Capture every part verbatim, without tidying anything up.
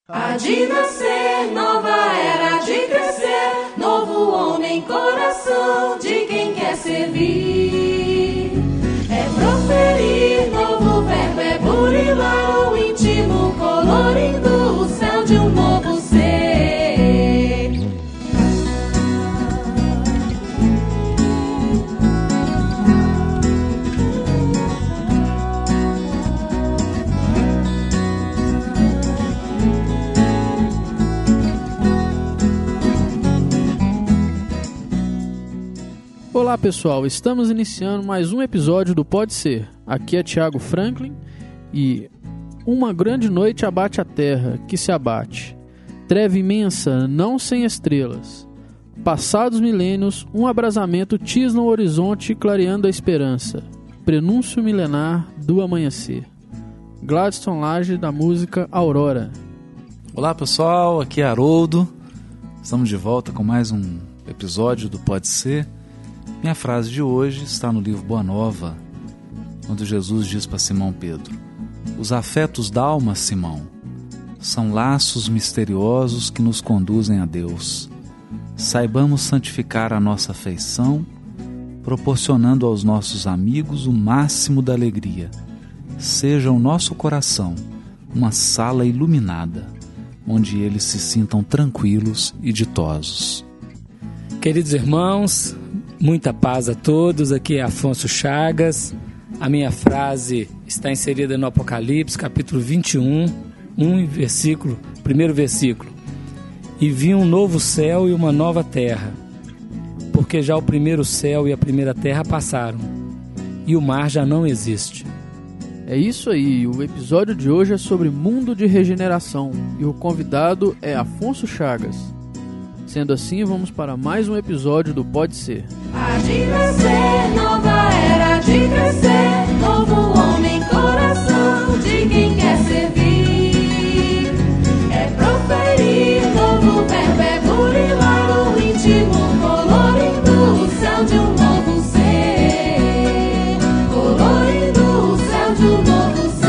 Há de nascer, nova era de crescer, novo homem, coração de quem quer servir. É proferir, novo verbo é burilar o íntimo, colorindo o céu de um novo ser. Olá pessoal, estamos iniciando mais um episódio do Pode Ser. Aqui é Thiago Franklin e uma grande noite abate a terra, que se abate. Treva imensa, não sem estrelas. Passados milênios, um abrasamento tisna o horizonte clareando a esperança. Prenúncio milenar do amanhecer. Gladstone Lage, da música Aurora. Olá pessoal, aqui é Haroldo. Estamos de volta com mais um episódio do Pode Ser. Minha frase de hoje está no livro Boa Nova, onde Jesus diz para Simão Pedro: os afetos da alma, Simão, são laços misteriosos que nos conduzem a Deus. Saibamos santificar a nossa afeição, proporcionando aos nossos amigos o máximo da alegria. Seja o nosso coração uma sala iluminada, onde eles se sintam tranquilos e ditosos. Queridos irmãos, muita paz a todos. Aqui é Afonso Chagas. A minha frase está inserida no Apocalipse, capítulo vinte e um, um versículo, primeiro versículo. E vi um novo céu e uma nova terra, porque já o primeiro céu e a primeira terra passaram, e o mar já não existe. É isso aí, o episódio de hoje é sobre mundo de regeneração e o convidado é Afonso Chagas. Sendo assim, vamos para mais um episódio do Pode Ser. Há de nascer, nova era de crescer, novo homem, coração de quem quer servir. É proferir, novo verbo é burilar o íntimo, colorindo o céu de um novo ser. Colorindo o céu de um novo ser.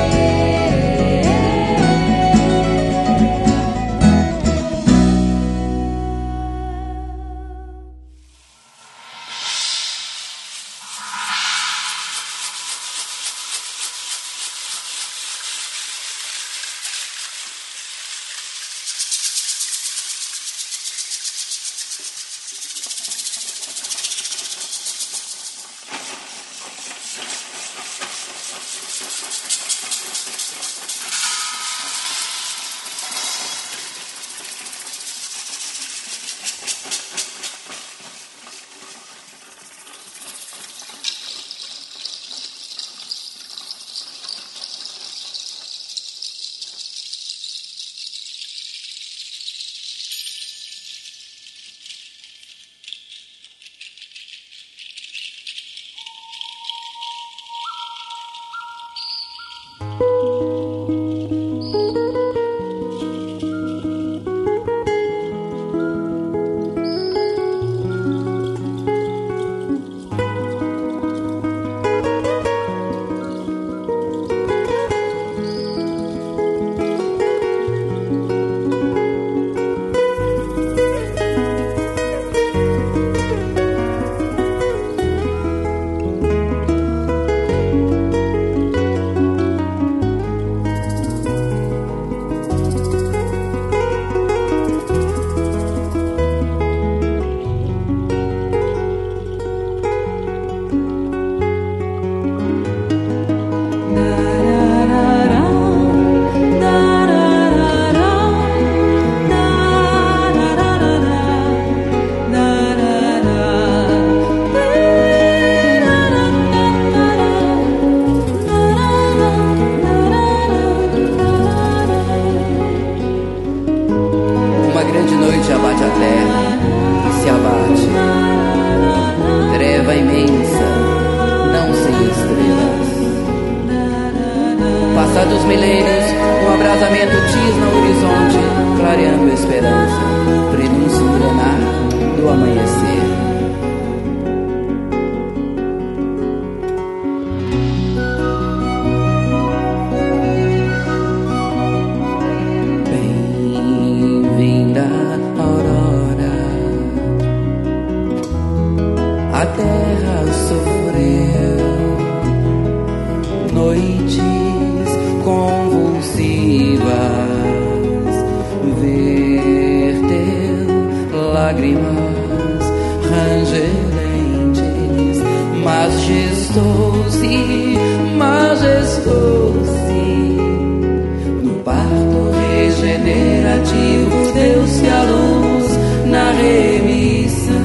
Treva imensa, não sem estrelas. Passados milênios, um abrasamento tisna o horizonte, clareando a esperança, prenúncio milenar do amanhecer. Bem lágrimas rangerentes, majestoso, majestoso, no parto regenerativo deu-se a luz na remissão.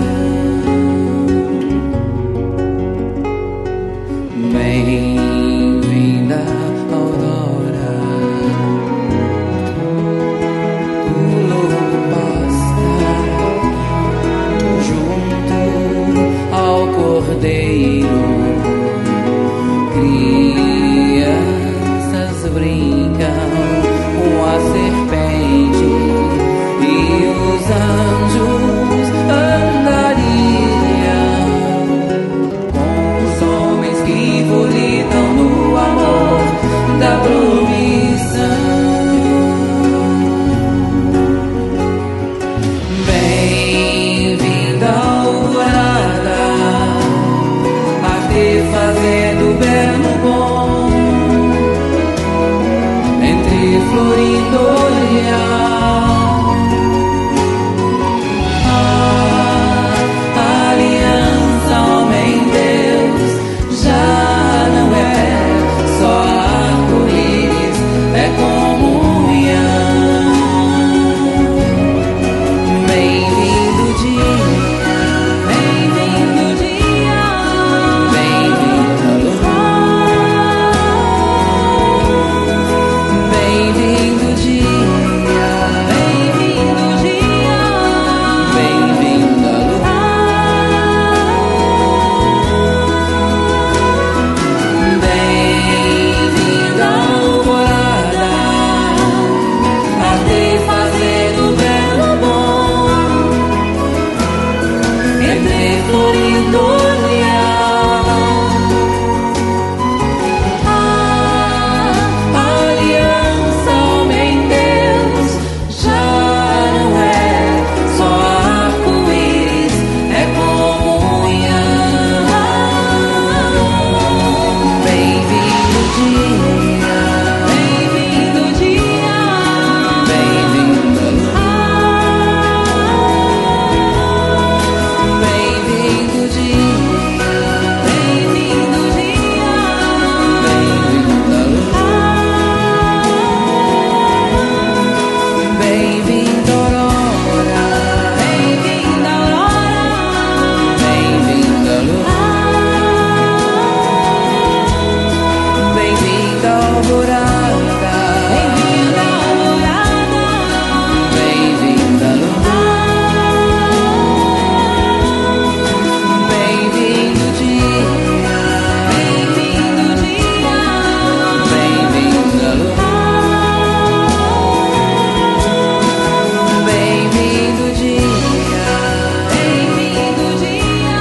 Bem-vinda, aurora, o lobo pasta junto ao cordeiro. Crianças brincam com a serpente e os anjos andariam com os homens que volitam no amor da promissão. Bem-vinda, alvorada, arder fazendo belo bom, entre florindo olhar. A aliança, homem-deus, já não é só arco-íris, é comunhão. Bem-vindo dia, bem-vindo dia, bem-vinda luz. Bem-vindo dia, bem-vindo dia, bem-vinda luz. Bem-vinda alvorada, arder fazendo belo bom, entre florindo olhar. A aliança, homem-deus, já não é só arco-íris, é comunhão. Bem-vindo dia, bem-vindo dia, bem-vinda luz. Bem-vindo dia, bem-vindo dia, bem-vinda luz. Bem-vinda aurora, bem-vinda aurora, bem-vinda luz. Bem-vinda alvorada, bem-vinda alvorada, bem-vinda luz. Bem-vindo dia, bem-vindo dia, bem-vinda luz. Bem-vindo dia, bem-vindo dia.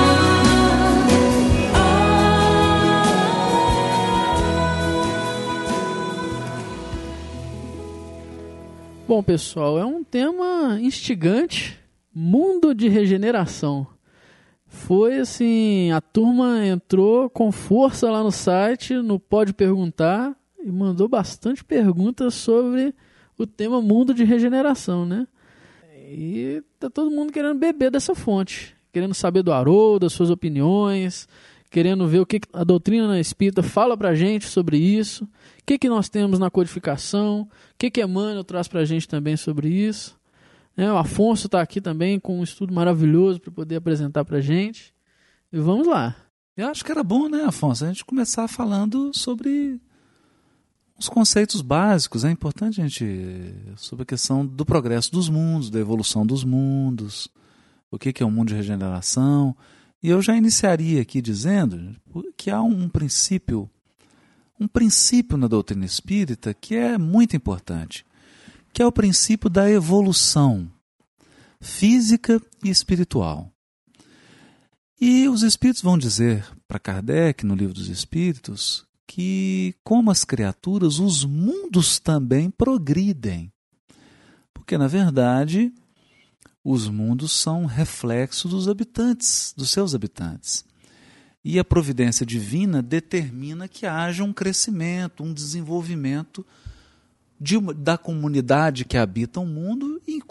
Bom, pessoal, é um tema instigante, mundo de regeneração. Foi assim, a turma entrou com força lá no site, no Pode Perguntar, e mandou bastante perguntas sobre o tema mundo de regeneração, né? E tá todo mundo querendo beber dessa fonte, querendo saber do Haroldo, das suas opiniões, querendo ver o que a doutrina espírita fala pra gente sobre isso, o que, que nós temos na codificação, o que, que Emmanuel traz pra gente também sobre isso. Né? O Afonso está aqui também com um estudo maravilhoso para poder apresentar pra gente. E vamos lá. Eu acho que era bom, né, Afonso, a gente começar falando sobre os conceitos básicos. É importante a gente, sobre a questão do progresso dos mundos, da evolução dos mundos, o que é o mundo de regeneração. E eu já iniciaria aqui dizendo que há um princípio, um princípio na doutrina espírita que é muito importante, que é o princípio da evolução física e espiritual. E os espíritos vão dizer para Kardec, no Livro dos Espíritos, que, como as criaturas, os mundos também progridem. Porque, na verdade, os mundos são reflexo dos habitantes, dos seus habitantes. E a providência divina determina que haja um crescimento, um desenvolvimento de uma, da comunidade que habita o mundo e,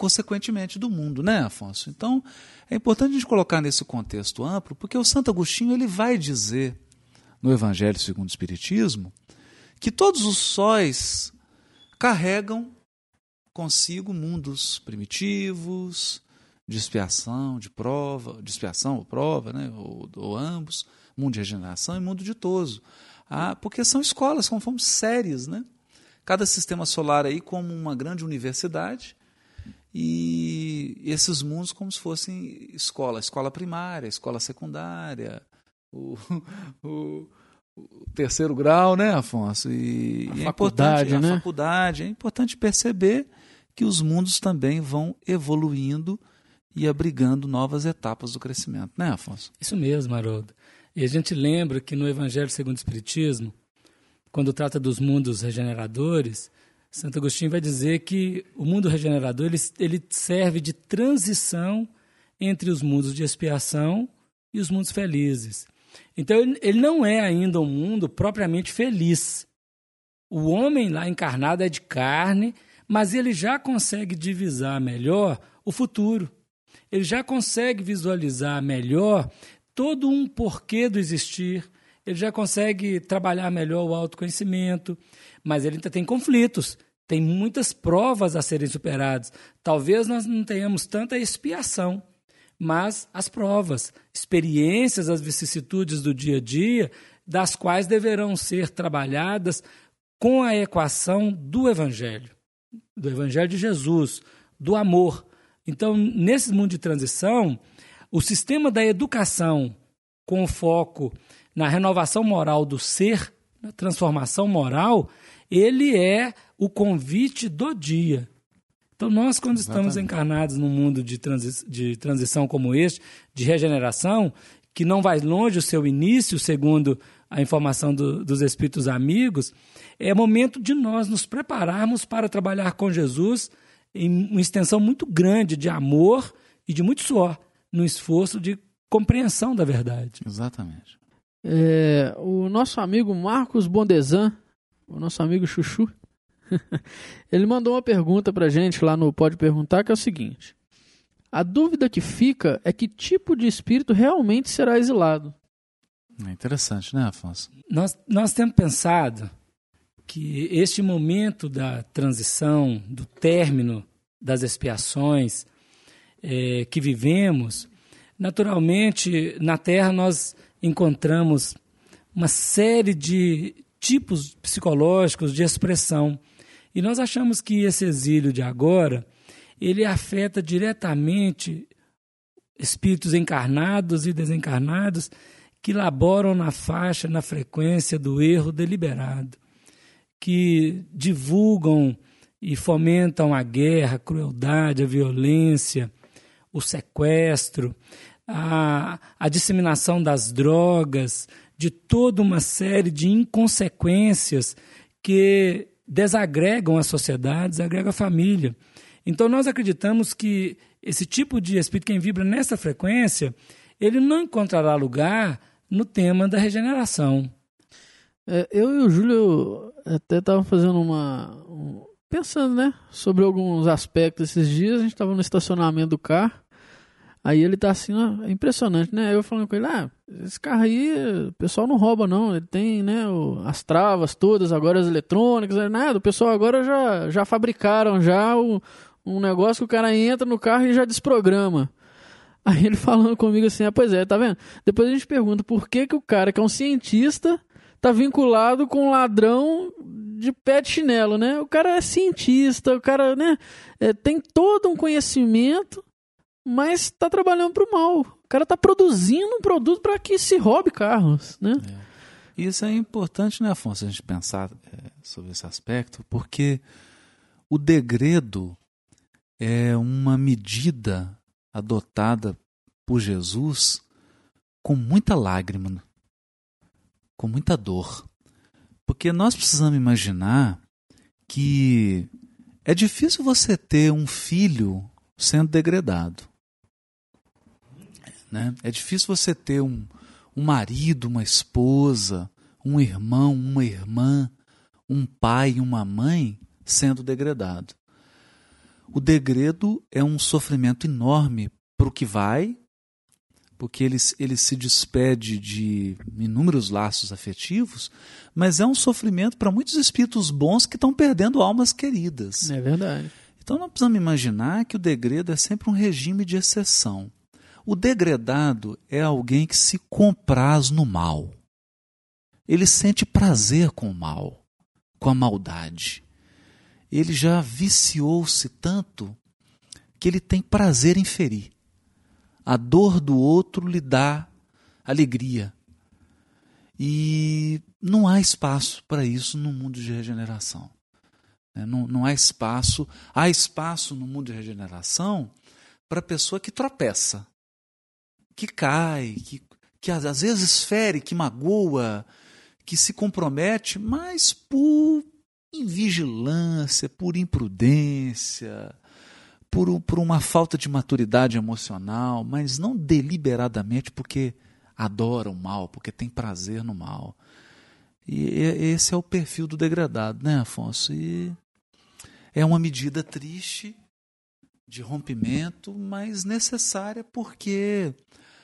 consequentemente do mundo, né, Afonso? Então, é importante a gente colocar nesse contexto amplo, porque o Santo Agostinho ele vai dizer, no Evangelho segundo o Espiritismo, que todos os sóis carregam consigo mundos primitivos, de expiação, de prova, de expiação ou prova, né, ou, ou ambos, mundo de regeneração e mundo ditoso. Ah, porque são escolas, como fomos séries, né? Cada sistema solar aí como uma grande universidade e esses mundos como se fossem escola, escola primária, escola secundária, o, o, o terceiro grau, né, Afonso? E, a e é faculdade, importante, né? A faculdade. É importante perceber que os mundos também vão evoluindo e abrigando novas etapas do crescimento, né, Afonso? Isso mesmo, Haroldo. E a gente lembra que no Evangelho segundo o Espiritismo, quando trata dos mundos regeneradores, Santo Agostinho vai dizer que o mundo regenerador ele, ele serve de transição entre os mundos de expiação e os mundos felizes. Então, ele, ele não é ainda um mundo propriamente feliz. O homem lá encarnado é de carne, mas ele já consegue divisar melhor o futuro. Ele já consegue visualizar melhor todo um porquê do existir, ele já consegue trabalhar melhor o autoconhecimento, mas ele ainda tem conflitos, tem muitas provas a serem superadas. Talvez nós não tenhamos tanta expiação, mas as provas, experiências, as vicissitudes do dia a dia, das quais deverão ser trabalhadas com a equação do Evangelho, do Evangelho de Jesus, do amor. Então, nesse mundo de transição, o sistema da educação com foco na renovação moral do ser, na transformação moral, ele é o convite do dia. Então, nós, quando Exatamente. estamos encarnados num mundo de, transi- de transição como este, de regeneração, que não vai longe o seu início, segundo a informação do, dos Espíritos Amigos, é momento de nós nos prepararmos para trabalhar com Jesus em uma extensão muito grande de amor e de muito suor, no esforço de compreensão da verdade. Exatamente. É, o nosso amigo Marcos Bondezan, o nosso amigo Chuchu, ele mandou uma pergunta pra gente lá no Pode Perguntar, que é o seguinte: a dúvida que fica é que tipo de espírito realmente será exilado. É interessante, né, Afonso? Nós, nós temos pensado que este momento da transição, do término das expiações é, que vivemos, naturalmente, na Terra nós encontramos uma série de tipos psicológicos de expressão. E nós achamos que esse exílio de agora, ele afeta diretamente espíritos encarnados e desencarnados que laboram na faixa, na frequência do erro deliberado, que divulgam e fomentam a guerra, a crueldade, a violência, o sequestro, a, a disseminação das drogas, de toda uma série de inconsequências que desagregam a sociedade, desagregam a família. Então nós acreditamos que esse tipo de espírito, quem vibra nessa frequência, ele não encontrará lugar no tema da regeneração. É, eu e o Júlio até estavam fazendo uma... um- pensando, né, sobre alguns aspectos esses dias. A gente estava no estacionamento do carro, aí ele tá assim, ó, é impressionante, né? Eu falando com ele, ah, esse carro aí, o pessoal não rouba não, ele tem, né, o- as travas todas, agora as eletrônicas, é nada, o pessoal agora já, já fabricaram já o, um negócio que o cara entra no carro e já desprograma. Aí ele falando comigo assim, ah, pois é, tá vendo? Depois a gente pergunta por que que o cara que é um cientista tá vinculado com um ladrão de pé de chinelo, né? O cara é cientista, o cara, né, é, tem todo um conhecimento, mas está trabalhando para o mal. O cara está produzindo um produto para que se roube carros, né? E isso é importante, né, Afonso, a gente pensar é, sobre esse aspecto, porque o degredo é uma medida adotada por Jesus com muita lágrima, com muita dor. Porque nós precisamos imaginar que é difícil você ter um filho sendo degradado. Né? É difícil você ter um, um marido, uma esposa, um irmão, uma irmã, um pai e uma mãe sendo degradado. O degredo é um sofrimento enorme para o que vai, porque ele, ele se despede de inúmeros laços afetivos, mas é um sofrimento para muitos espíritos bons que estão perdendo almas queridas. É verdade. Então nós precisamos imaginar que o degredo é sempre um regime de exceção. O degredado é alguém que se compraz no mal. Ele sente prazer com o mal, com a maldade. Ele já viciou-se tanto que ele tem prazer em ferir. A dor do outro lhe dá alegria. E não há espaço para isso no mundo de regeneração. Não, não há espaço. Há espaço no mundo de regeneração para a pessoa que tropeça, que cai, que, que às vezes fere, que magoa, que se compromete, mas por invigilância, por imprudência, por, por uma falta de maturidade emocional, mas não deliberadamente porque adora o mal, porque tem prazer no mal. E esse é o perfil do degradado, né, Afonso? E é uma medida triste de rompimento, mas necessária porque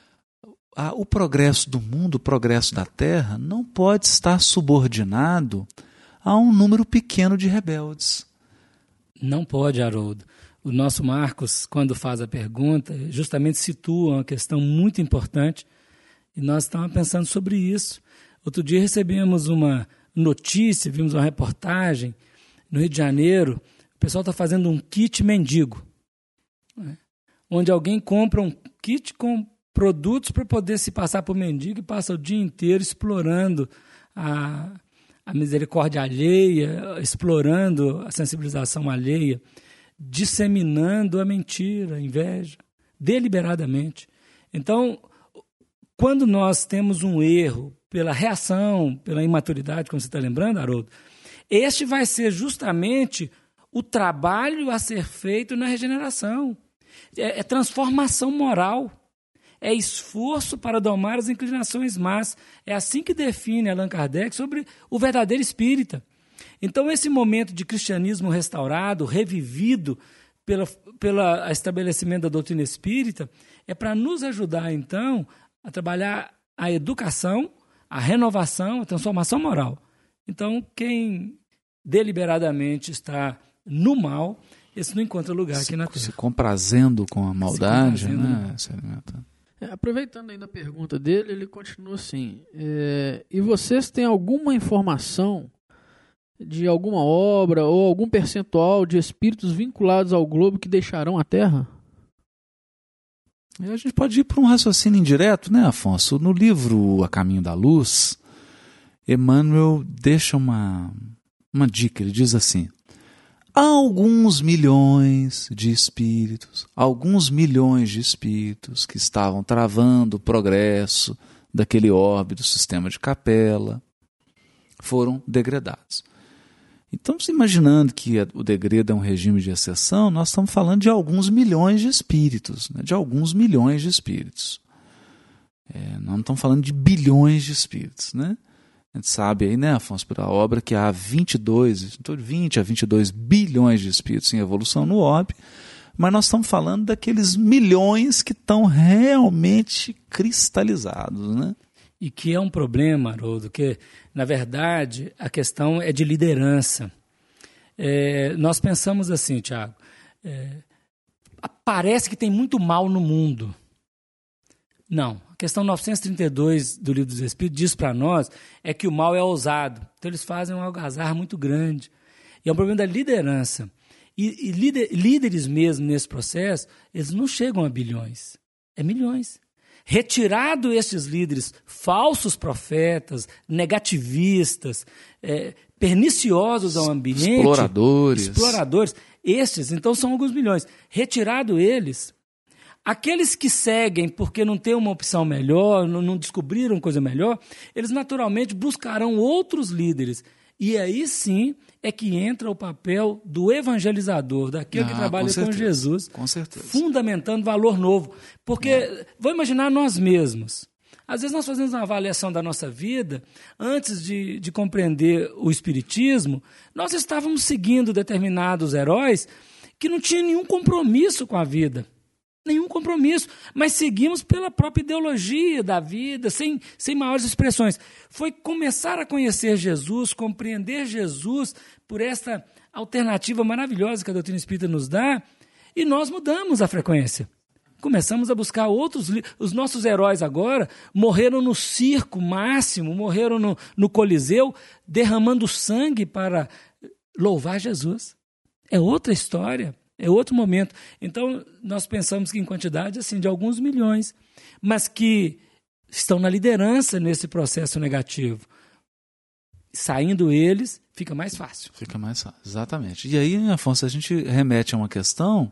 a, o progresso do mundo, o progresso da Terra, não pode estar subordinado a um número pequeno de rebeldes. Não pode, Haroldo. O nosso Marcos, quando faz a pergunta, justamente situa uma questão muito importante e nós estamos pensando sobre isso. Outro dia recebemos uma notícia, vimos uma reportagem no Rio de Janeiro, o pessoal está fazendo um kit mendigo, né? Onde alguém compra um kit com produtos para poder se passar por mendigo e passa o dia inteiro explorando a, a misericórdia alheia, explorando a sensibilização alheia, disseminando a mentira, a inveja, deliberadamente. Então, quando nós temos um erro pela reação, pela imaturidade, como você está lembrando, Haroldo, este vai ser justamente o trabalho a ser feito na regeneração. É, é transformação moral, é esforço para domar as inclinações más. É assim que define Allan Kardec sobre o verdadeiro espírita. Então, esse momento de cristianismo restaurado, revivido pelo pela estabelecimento da doutrina espírita, é para nos ajudar, então, a trabalhar a educação, a renovação, a transformação moral. Então, quem deliberadamente está no mal, esse não encontra lugar se, aqui na Terra. Se comprazendo com a maldade, comprazendo, né? né? É, aproveitando ainda a pergunta dele, ele continua assim, é, e vocês têm alguma informação de alguma obra ou algum percentual de espíritos vinculados ao globo que deixarão a Terra? E a gente pode ir para um raciocínio indireto, né, Afonso? No livro A Caminho da Luz, Emmanuel deixa uma, uma dica, ele diz assim: há alguns milhões de espíritos, alguns milhões de espíritos que estavam travando o progresso daquele orbe do sistema de Capela, foram degradados. Então, se imaginando que o degredo é um regime de exceção, nós estamos falando de alguns milhões de espíritos, né? de alguns milhões de espíritos. É, nós não estamos falando de bilhões de espíritos, né? A gente sabe aí, né, Afonso, pela obra, que há vinte e dois, então vinte a vinte e dois bilhões de espíritos em evolução no orbe, mas nós estamos falando daqueles milhões que estão realmente cristalizados, né? E que é um problema, Haroldo, que, na verdade, a questão é de liderança. É, nós pensamos assim, Tiago, é, parece que tem muito mal no mundo. Não. A questão novecentos e trinta e dois do Livro dos Espíritos diz para nós é que o mal é ousado. Então, eles fazem uma algazarra muito grande. E é um problema da liderança. E, e líder, líderes mesmo nesse processo, eles não chegam a bilhões. É milhões. Retirado esses líderes falsos profetas, negativistas, é, perniciosos ao ambiente, exploradores. exploradores, estes, então, são alguns milhões. Retirado eles, aqueles que seguem porque não tem uma opção melhor, não, não descobriram coisa melhor, eles naturalmente buscarão outros líderes. E aí sim é que entra o papel do evangelizador, daquele ah, que trabalha com, certeza, com Jesus, com certeza. fundamentando valor novo. Porque, é. vamos imaginar nós mesmos. Às vezes nós fazemos uma avaliação da nossa vida, antes de, de compreender o Espiritismo, nós estávamos seguindo determinados heróis que não tinha nenhum compromisso com a vida. Nenhum compromisso, mas seguimos pela própria ideologia da vida, sem, sem maiores expressões. Foi começar a conhecer Jesus, compreender Jesus por esta alternativa maravilhosa que a doutrina espírita nos dá, e nós mudamos a frequência. Começamos a buscar outros... Li- Os nossos heróis agora morreram no circo máximo, morreram no, no Coliseu, derramando sangue para louvar Jesus. É outra história. É outro momento. Então, nós pensamos que em quantidade assim, de alguns milhões, mas que estão na liderança nesse processo negativo. Saindo eles, fica mais fácil. Fica mais fácil, exatamente. E aí, Afonso, a gente remete a uma questão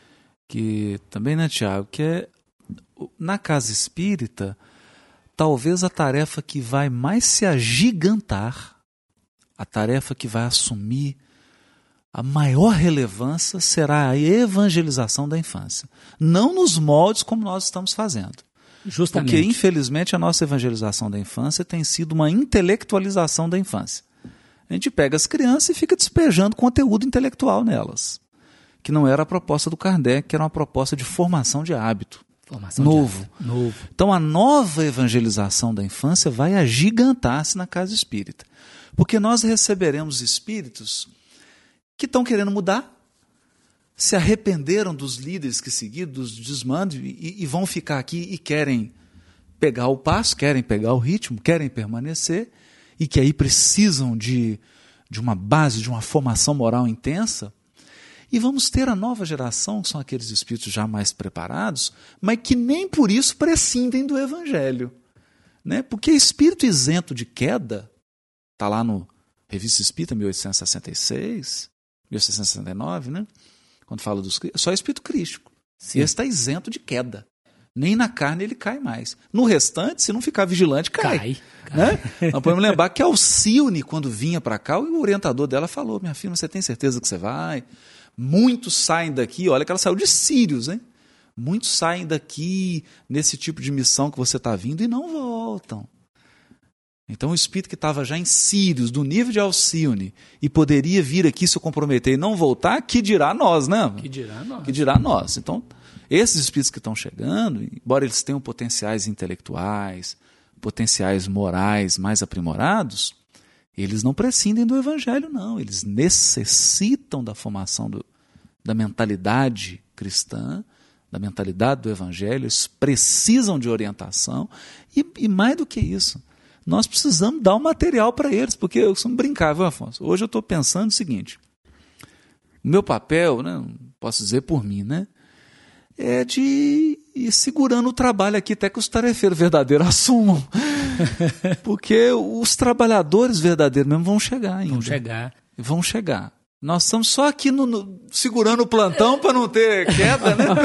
que também, né, Tiago, que é, na casa espírita, talvez a tarefa que vai mais se agigantar, a tarefa que vai assumir a maior relevância será a evangelização da infância. Não nos moldes como nós estamos fazendo. Justamente. Porque, infelizmente, a nossa evangelização da infância tem sido uma intelectualização da infância. A gente pega as crianças e fica despejando conteúdo intelectual nelas, que não era a proposta do Kardec, que era uma proposta de formação de hábito. Formação novo. de hábito. Novo. Então, a nova evangelização da infância vai agigantar-se na casa espírita. Porque nós receberemos espíritos que estão querendo mudar, se arrependeram dos líderes que seguiram, dos desmandos, e, e vão ficar aqui e querem pegar o passo, querem pegar o ritmo, querem permanecer, e que aí precisam de, de uma base, de uma formação moral intensa. E vamos ter a nova geração, que são aqueles espíritos já mais preparados, mas que nem por isso prescindem do Evangelho. Né? Porque espírito isento de queda, está lá no Revista Espírita, mil oitocentos e sessenta e seis, mil oitocentos e sessenta e nove, né? Quando fala dos só espírito crístico. Sim. Esse está isento de queda. Nem na carne ele cai mais. No restante, se não ficar vigilante, cai. Cai. Né? cai. Nós podemos lembrar que a Alcione, quando vinha para cá, o orientador dela falou: minha filha, você tem certeza que você vai? Muitos saem daqui, olha que ela saiu de Sírios, hein? Muitos saem daqui nesse tipo de missão que você está vindo e não voltam. Então o espírito que estava já em Sírios, do nível de Alcione, e poderia vir aqui se comprometer e não voltar, que dirá nós, né? Que dirá nós. Que dirá nós. Então, esses espíritos que estão chegando, embora eles tenham potenciais intelectuais, potenciais morais mais aprimorados, eles não prescindem do Evangelho, não. Eles necessitam da formação do, da mentalidade cristã, da mentalidade do Evangelho, eles precisam de orientação, e, e mais do que isso, nós precisamos dar um material para eles, porque eu costumo brincar, viu, Afonso? Hoje eu estou pensando o seguinte: o meu papel, né, posso dizer por mim, né, é de ir segurando o trabalho aqui até que os tarefeiros verdadeiros assumam. Porque os trabalhadores verdadeiros mesmo vão chegar ainda. Vão chegar. Vão chegar. Nós estamos só aqui no, no, segurando o plantão para não ter queda, né?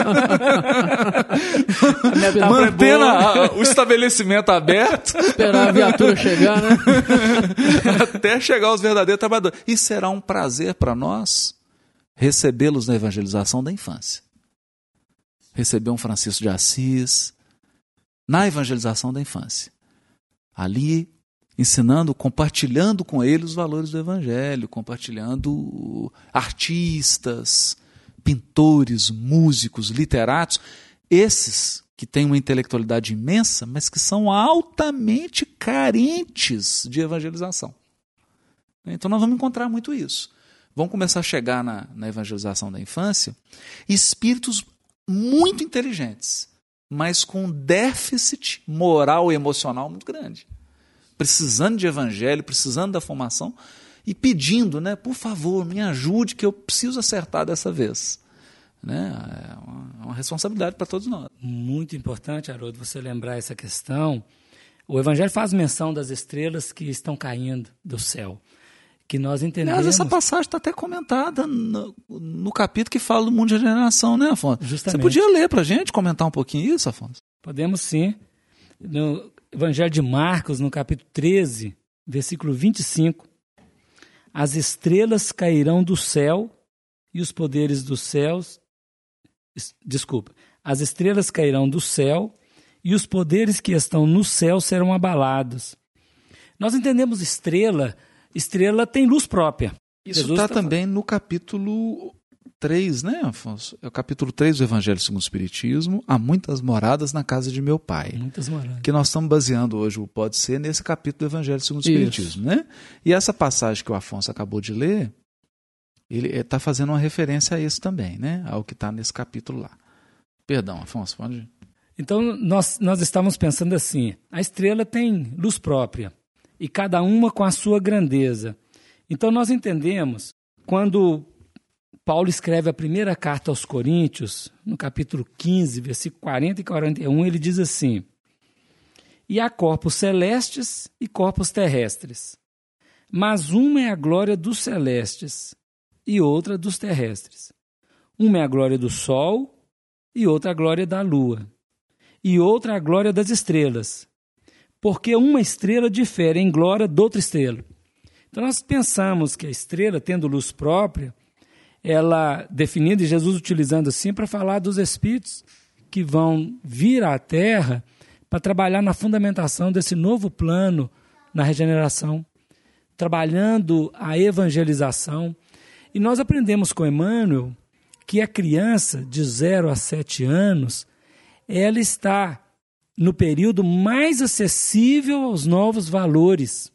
Mantendo a, o estabelecimento aberto. Esperar a viatura chegar, né? Até chegar os verdadeiros trabalhadores. E será um prazer para nós recebê-los na evangelização da infância. Receber um Francisco de Assis na evangelização da infância. Ali, ensinando, compartilhando com ele os valores do Evangelho, compartilhando artistas, pintores, músicos, literatos, esses que têm uma intelectualidade imensa, mas que são altamente carentes de evangelização. Então nós vamos encontrar muito isso. Vão começar a chegar na, na evangelização da infância espíritos muito inteligentes, mas com déficit moral e emocional muito grande. Precisando de evangelho, precisando da formação e pedindo, né, por favor, me ajude que eu preciso acertar dessa vez. Né? É uma, uma responsabilidade para todos nós. Muito importante, Haroldo, você lembrar essa questão. O Evangelho faz menção das estrelas que estão caindo do céu, que nós entendemos... Mas essa passagem está até comentada no, no capítulo que fala do mundo de regeneração, né, Afonso? Justamente. Você podia ler para a gente, comentar um pouquinho isso, Afonso? Podemos sim. No Evangelho de Marcos, no capítulo treze, versículo vinte e cinco, as estrelas cairão do céu e os poderes dos céus... Desculpa. As estrelas cairão do céu e os poderes que estão no céu serão abalados. Nós entendemos estrela... Estrela tem luz própria. Isso está também no capítulo três, né, Afonso? É o capítulo três do Evangelho segundo o Espiritismo, há muitas moradas na casa de meu pai. Muitas moradas. Que nós estamos baseando hoje o Pode Ser nesse capítulo do Evangelho segundo o Espiritismo, Isso. né? E essa passagem que o Afonso acabou de ler, ele está fazendo uma referência a esse também, né? Ao que está nesse capítulo lá. Perdão, Afonso, pode... Então, nós, nós estávamos pensando assim, a estrela tem luz própria, e cada uma com a sua grandeza. Então, nós entendemos, quando Paulo escreve a primeira carta aos Coríntios, no capítulo quinze, versículo quarenta e quarenta e um, ele diz assim: e há corpos celestes e corpos terrestres, mas uma é a glória dos celestes e outra dos terrestres. Uma é a glória do sol e outra a glória da lua, e outra a glória das estrelas, porque uma estrela difere em glória de outra estrela. Então nós pensamos que a estrela, tendo luz própria, ela definida, e Jesus utilizando assim para falar dos espíritos que vão vir à Terra para trabalhar na fundamentação desse novo plano na regeneração, trabalhando a evangelização. E nós aprendemos com Emmanuel que a criança de zero a sete anos, ela está no período mais acessível aos novos valores.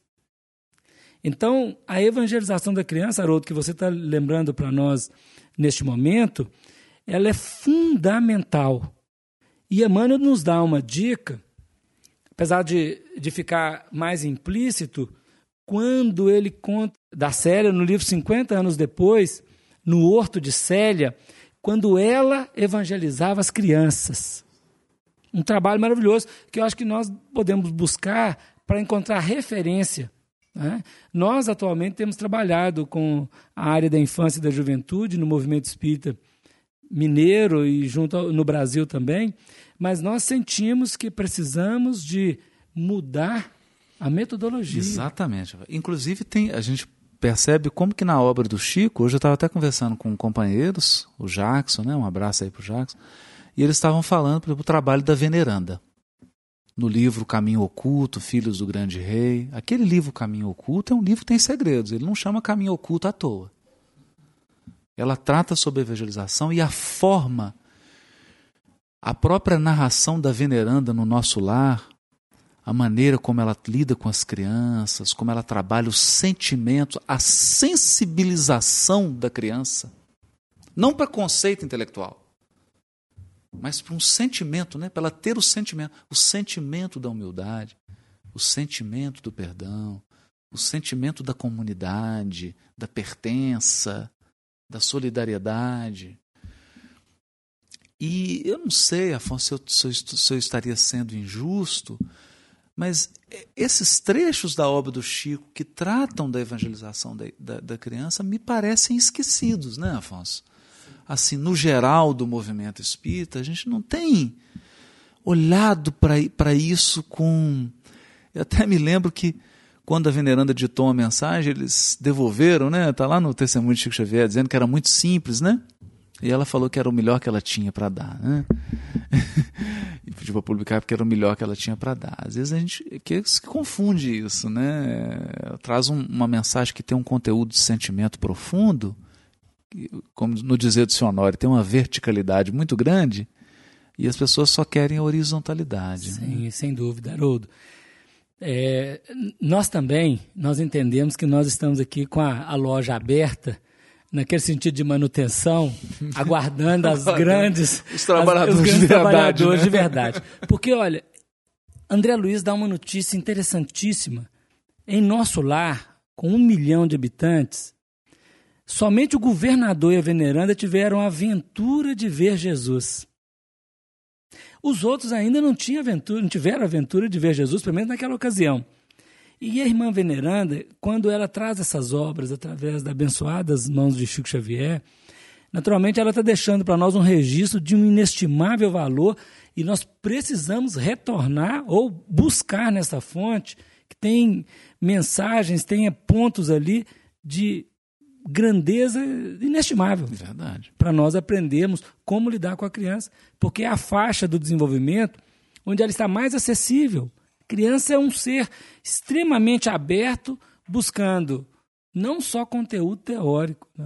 Então, a evangelização da criança, Haroldo, que você está lembrando para nós neste momento, ela é fundamental. E Emmanuel nos dá uma dica, apesar de, de ficar mais implícito, quando ele conta da Célia, no livro cinquenta anos depois, no Horto de Célia, quando ela evangelizava as crianças. Um trabalho maravilhoso que eu acho que nós podemos buscar para encontrar referência. Né? Nós, atualmente, temos trabalhado com a área da infância e da juventude no movimento espírita mineiro e junto ao, no Brasil também, mas nós sentimos que precisamos de mudar a metodologia. Exatamente. Inclusive, tem, a gente percebe como que na obra do Chico, hoje eu estava até conversando com companheiros, o Jackson, né? Um abraço aí para o Jackson, e eles estavam falando, por exemplo, do trabalho da veneranda. No livro Caminho Oculto, Filhos do Grande Rei. Aquele livro Caminho Oculto é um livro que tem segredos. Ele não chama Caminho Oculto à toa. Ela trata sobre a evangelização e a forma, a própria narração da veneranda no nosso lar, a maneira como ela lida com as crianças, como ela trabalha os sentimentos, a sensibilização da criança. Não para conceito intelectual, mas para um sentimento, né? Para ela ter o sentimento, o sentimento da humildade, o sentimento do perdão, o sentimento da comunidade, da pertença, da solidariedade. E eu não sei, Afonso, se eu, se eu, se eu estaria sendo injusto, mas esses trechos da obra do Chico que tratam da evangelização da, da, da criança me parecem esquecidos, né, Afonso? Assim, no geral do movimento espírita, a gente não tem olhado para isso com... Eu até me lembro que quando a veneranda ditou uma mensagem, eles devolveram, né? Está lá no testemunho de Chico Xavier, dizendo que era muito simples, né? E ela falou que era o melhor que ela tinha para dar, né? E pediu para publicar porque era o melhor que ela tinha para dar. Às vezes a gente que, que confunde isso, né? Traz um, uma mensagem que tem um conteúdo de sentimento profundo, como no dizer do senhor Honório, tem uma verticalidade muito grande e as pessoas só querem a horizontalidade. Sim, né? Sem dúvida, Haroldo. É, nós também, nós entendemos que nós estamos aqui com a, a loja aberta, naquele sentido de manutenção, aguardando as grandes... Os trabalhadores, as, os grandes de, verdade, trabalhadores né? de verdade. Porque, olha, André Luiz dá uma notícia interessantíssima. Em nosso lar, com um milhão de habitantes, somente o governador e a veneranda tiveram a aventura de ver Jesus. Os outros ainda não tinham aventura, não tiveram a aventura de ver Jesus, pelo menos naquela ocasião. E a irmã veneranda, quando ela traz essas obras através das abençoadas mãos de Chico Xavier, naturalmente ela está deixando para nós um registro de um inestimável valor e nós precisamos retornar ou buscar nessa fonte que tem mensagens, tem pontos ali de grandeza inestimável. Verdade. Para nós aprendermos como lidar com a criança, porque é a faixa do desenvolvimento onde ela está mais acessível. A criança é um ser extremamente aberto, buscando não só conteúdo teórico, não,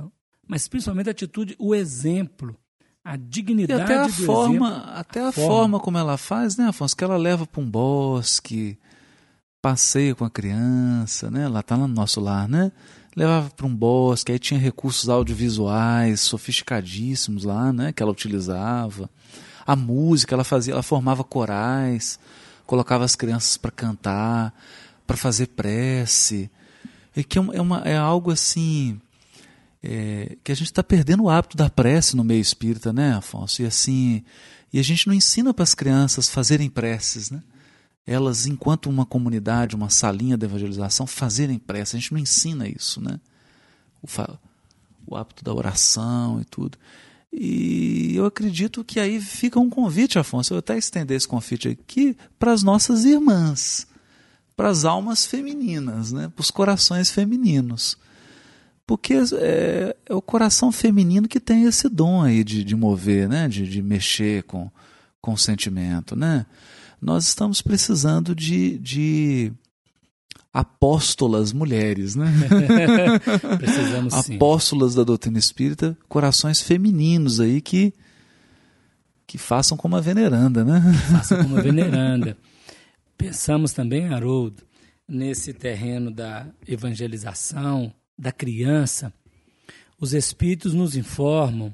mas principalmente a atitude, o exemplo, a E dignidade até a do forma, exemplo. até a forma. forma como ela faz, né, Afonso? Que ela leva para um bosque, passeia com a criança, né? Lá tá lá no nosso lar, né? Levava para um bosque, aí tinha recursos audiovisuais sofisticadíssimos lá, né? Que ela utilizava. A música, ela fazia, ela formava corais, colocava as crianças para cantar, para fazer prece. E que é, uma, é, uma, é algo assim, é, que a gente está perdendo o hábito da prece no meio espírita, né, Afonso? E assim, e a gente não ensina para as crianças fazerem preces, né? Elas, enquanto uma comunidade, uma salinha de evangelização, fazerem prece. A gente não ensina isso, né? O, fa- o hábito da oração e tudo. E eu acredito que aí fica um convite, Afonso, eu vou até estender esse convite aqui, para as nossas irmãs, para as almas femininas, né? Para os corações femininos. Porque é, é o coração feminino que tem esse dom aí de, de mover, né? de, de mexer com, com o sentimento, né? Nós estamos precisando de, de apóstolas mulheres, né? Precisamos sim. Apóstolas da doutrina espírita, corações femininos aí que, que façam como a veneranda, né? Faça como a veneranda. Pensamos também, Haroldo, nesse terreno da evangelização, da criança. Os espíritos nos informam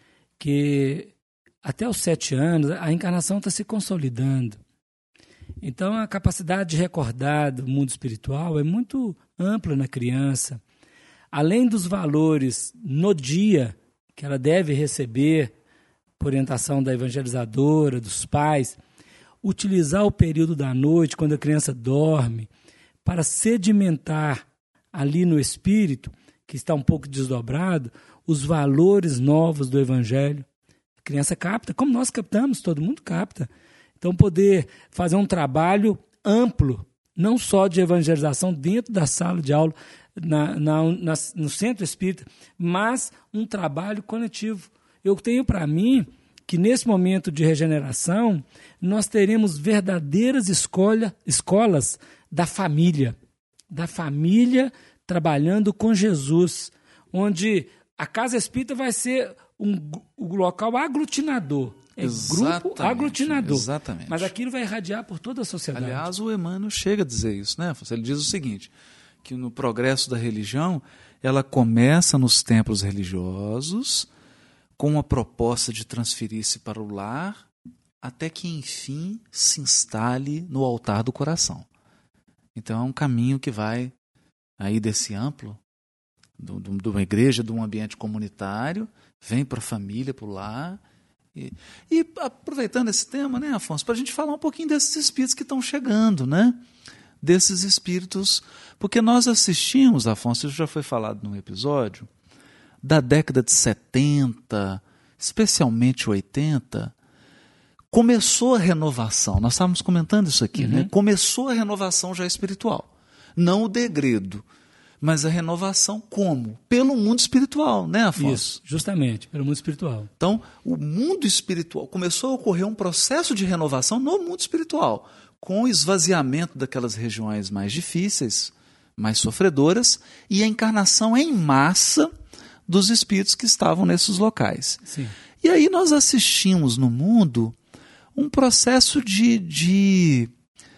que até os sete anos a encarnação está se consolidando. Então a capacidade de recordar do mundo espiritual é muito ampla na criança. Além dos valores no dia que ela deve receber por orientação da evangelizadora, dos pais, utilizar o período da noite, quando a criança dorme, para sedimentar ali no espírito, que está um pouco desdobrado, os valores novos do evangelho. A criança capta, como nós captamos, todo mundo capta. Então, poder fazer um trabalho amplo, não só de evangelização dentro da sala de aula, na, na, na, no centro espírita, mas um trabalho coletivo. Eu tenho para mim que nesse momento de regeneração, nós teremos verdadeiras escolha, escolas da família, da família trabalhando com Jesus, onde a casa espírita vai ser um, um local aglutinador. É Exatamente, grupo aglutinador. exatamente. Mas aquilo vai irradiar por toda a sociedade. Aliás, o Emmanuel chega a dizer isso, né? Ele diz o seguinte, que no progresso da religião, ela começa nos templos religiosos, com uma proposta de transferir-se para o lar, até que, enfim, se instale no altar do coração. Então, é um caminho que vai aí desse amplo, do, do, de uma igreja, de um ambiente comunitário, vem para a família, para o lar. E, e aproveitando esse tema, né, Afonso, para a gente falar um pouquinho desses espíritos que estão chegando, né? Desses espíritos, porque nós assistimos, Afonso, isso já foi falado num episódio, da década de setenta, especialmente oitenta, começou a renovação, nós estávamos comentando isso aqui, uhum. né? Começou a renovação já espiritual, não o degredo, mas a renovação como? Pelo mundo espiritual, né, Afonso? Isso, justamente, pelo mundo espiritual. Então, o mundo espiritual, começou a ocorrer um processo de renovação no mundo espiritual, com o esvaziamento daquelas regiões mais difíceis, mais sofredoras, e a encarnação em massa dos espíritos que estavam nesses locais. Sim. E aí nós assistimos no mundo um processo de... de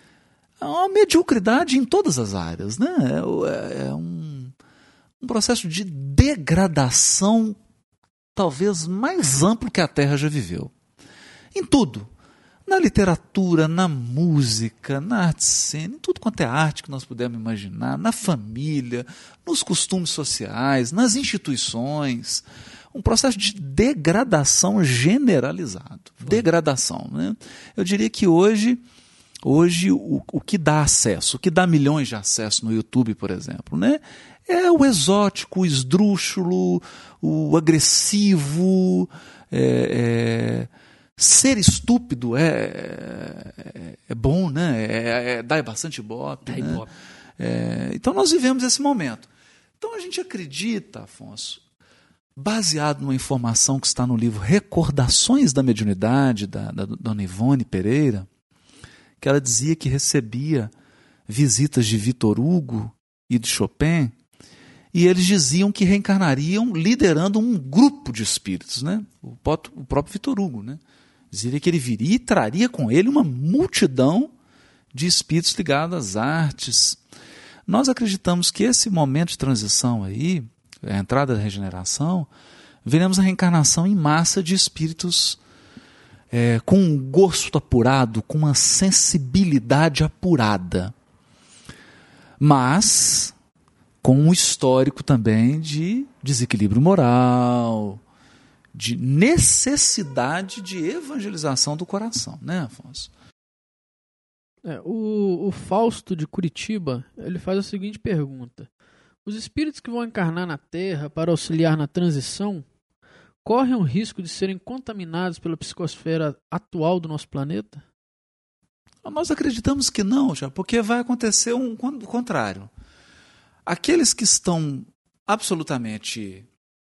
uma mediocridade em todas as áreas, né? É, é um, um processo de degradação talvez mais amplo que a Terra já viveu. Em tudo. Na literatura, na música, na arte cena, em tudo quanto é arte que nós pudermos imaginar, na família, nos costumes sociais, nas instituições. Um processo de degradação generalizado. Bom. Degradação, né? Eu diria que hoje... Hoje, o, o que dá acesso, o que dá milhões de acessos no YouTube, por exemplo, né? É o exótico, o esdrúxulo, o agressivo. É, é, ser estúpido é, é, é bom, né? É, é, dá bastante ibope. Dá né? ibope. É, então, nós vivemos esse momento. Então, a gente acredita, Afonso, baseado numa informação que está no livro Recordações da Mediunidade, da, da dona Ivone Pereira, que ela dizia que recebia visitas de Victor Hugo e de Chopin, e eles diziam que reencarnariam liderando um grupo de espíritos, né? O próprio Vitor Hugo, né? Dizia que ele viria e traria com ele uma multidão de espíritos ligados às artes. Nós acreditamos que esse momento de transição aí, a entrada da regeneração, veremos a reencarnação em massa de espíritos é, com um gosto apurado, com uma sensibilidade apurada, mas com um histórico também de desequilíbrio moral, de necessidade de evangelização do coração, né, Afonso? É, o, o Fausto de Curitiba, ele faz a seguinte pergunta: os espíritos que vão encarnar na Terra para auxiliar na transição correm o risco de serem contaminados pela psicosfera atual do nosso planeta? Nós acreditamos que não, já, porque vai acontecer um, o contrário. Aqueles que estão absolutamente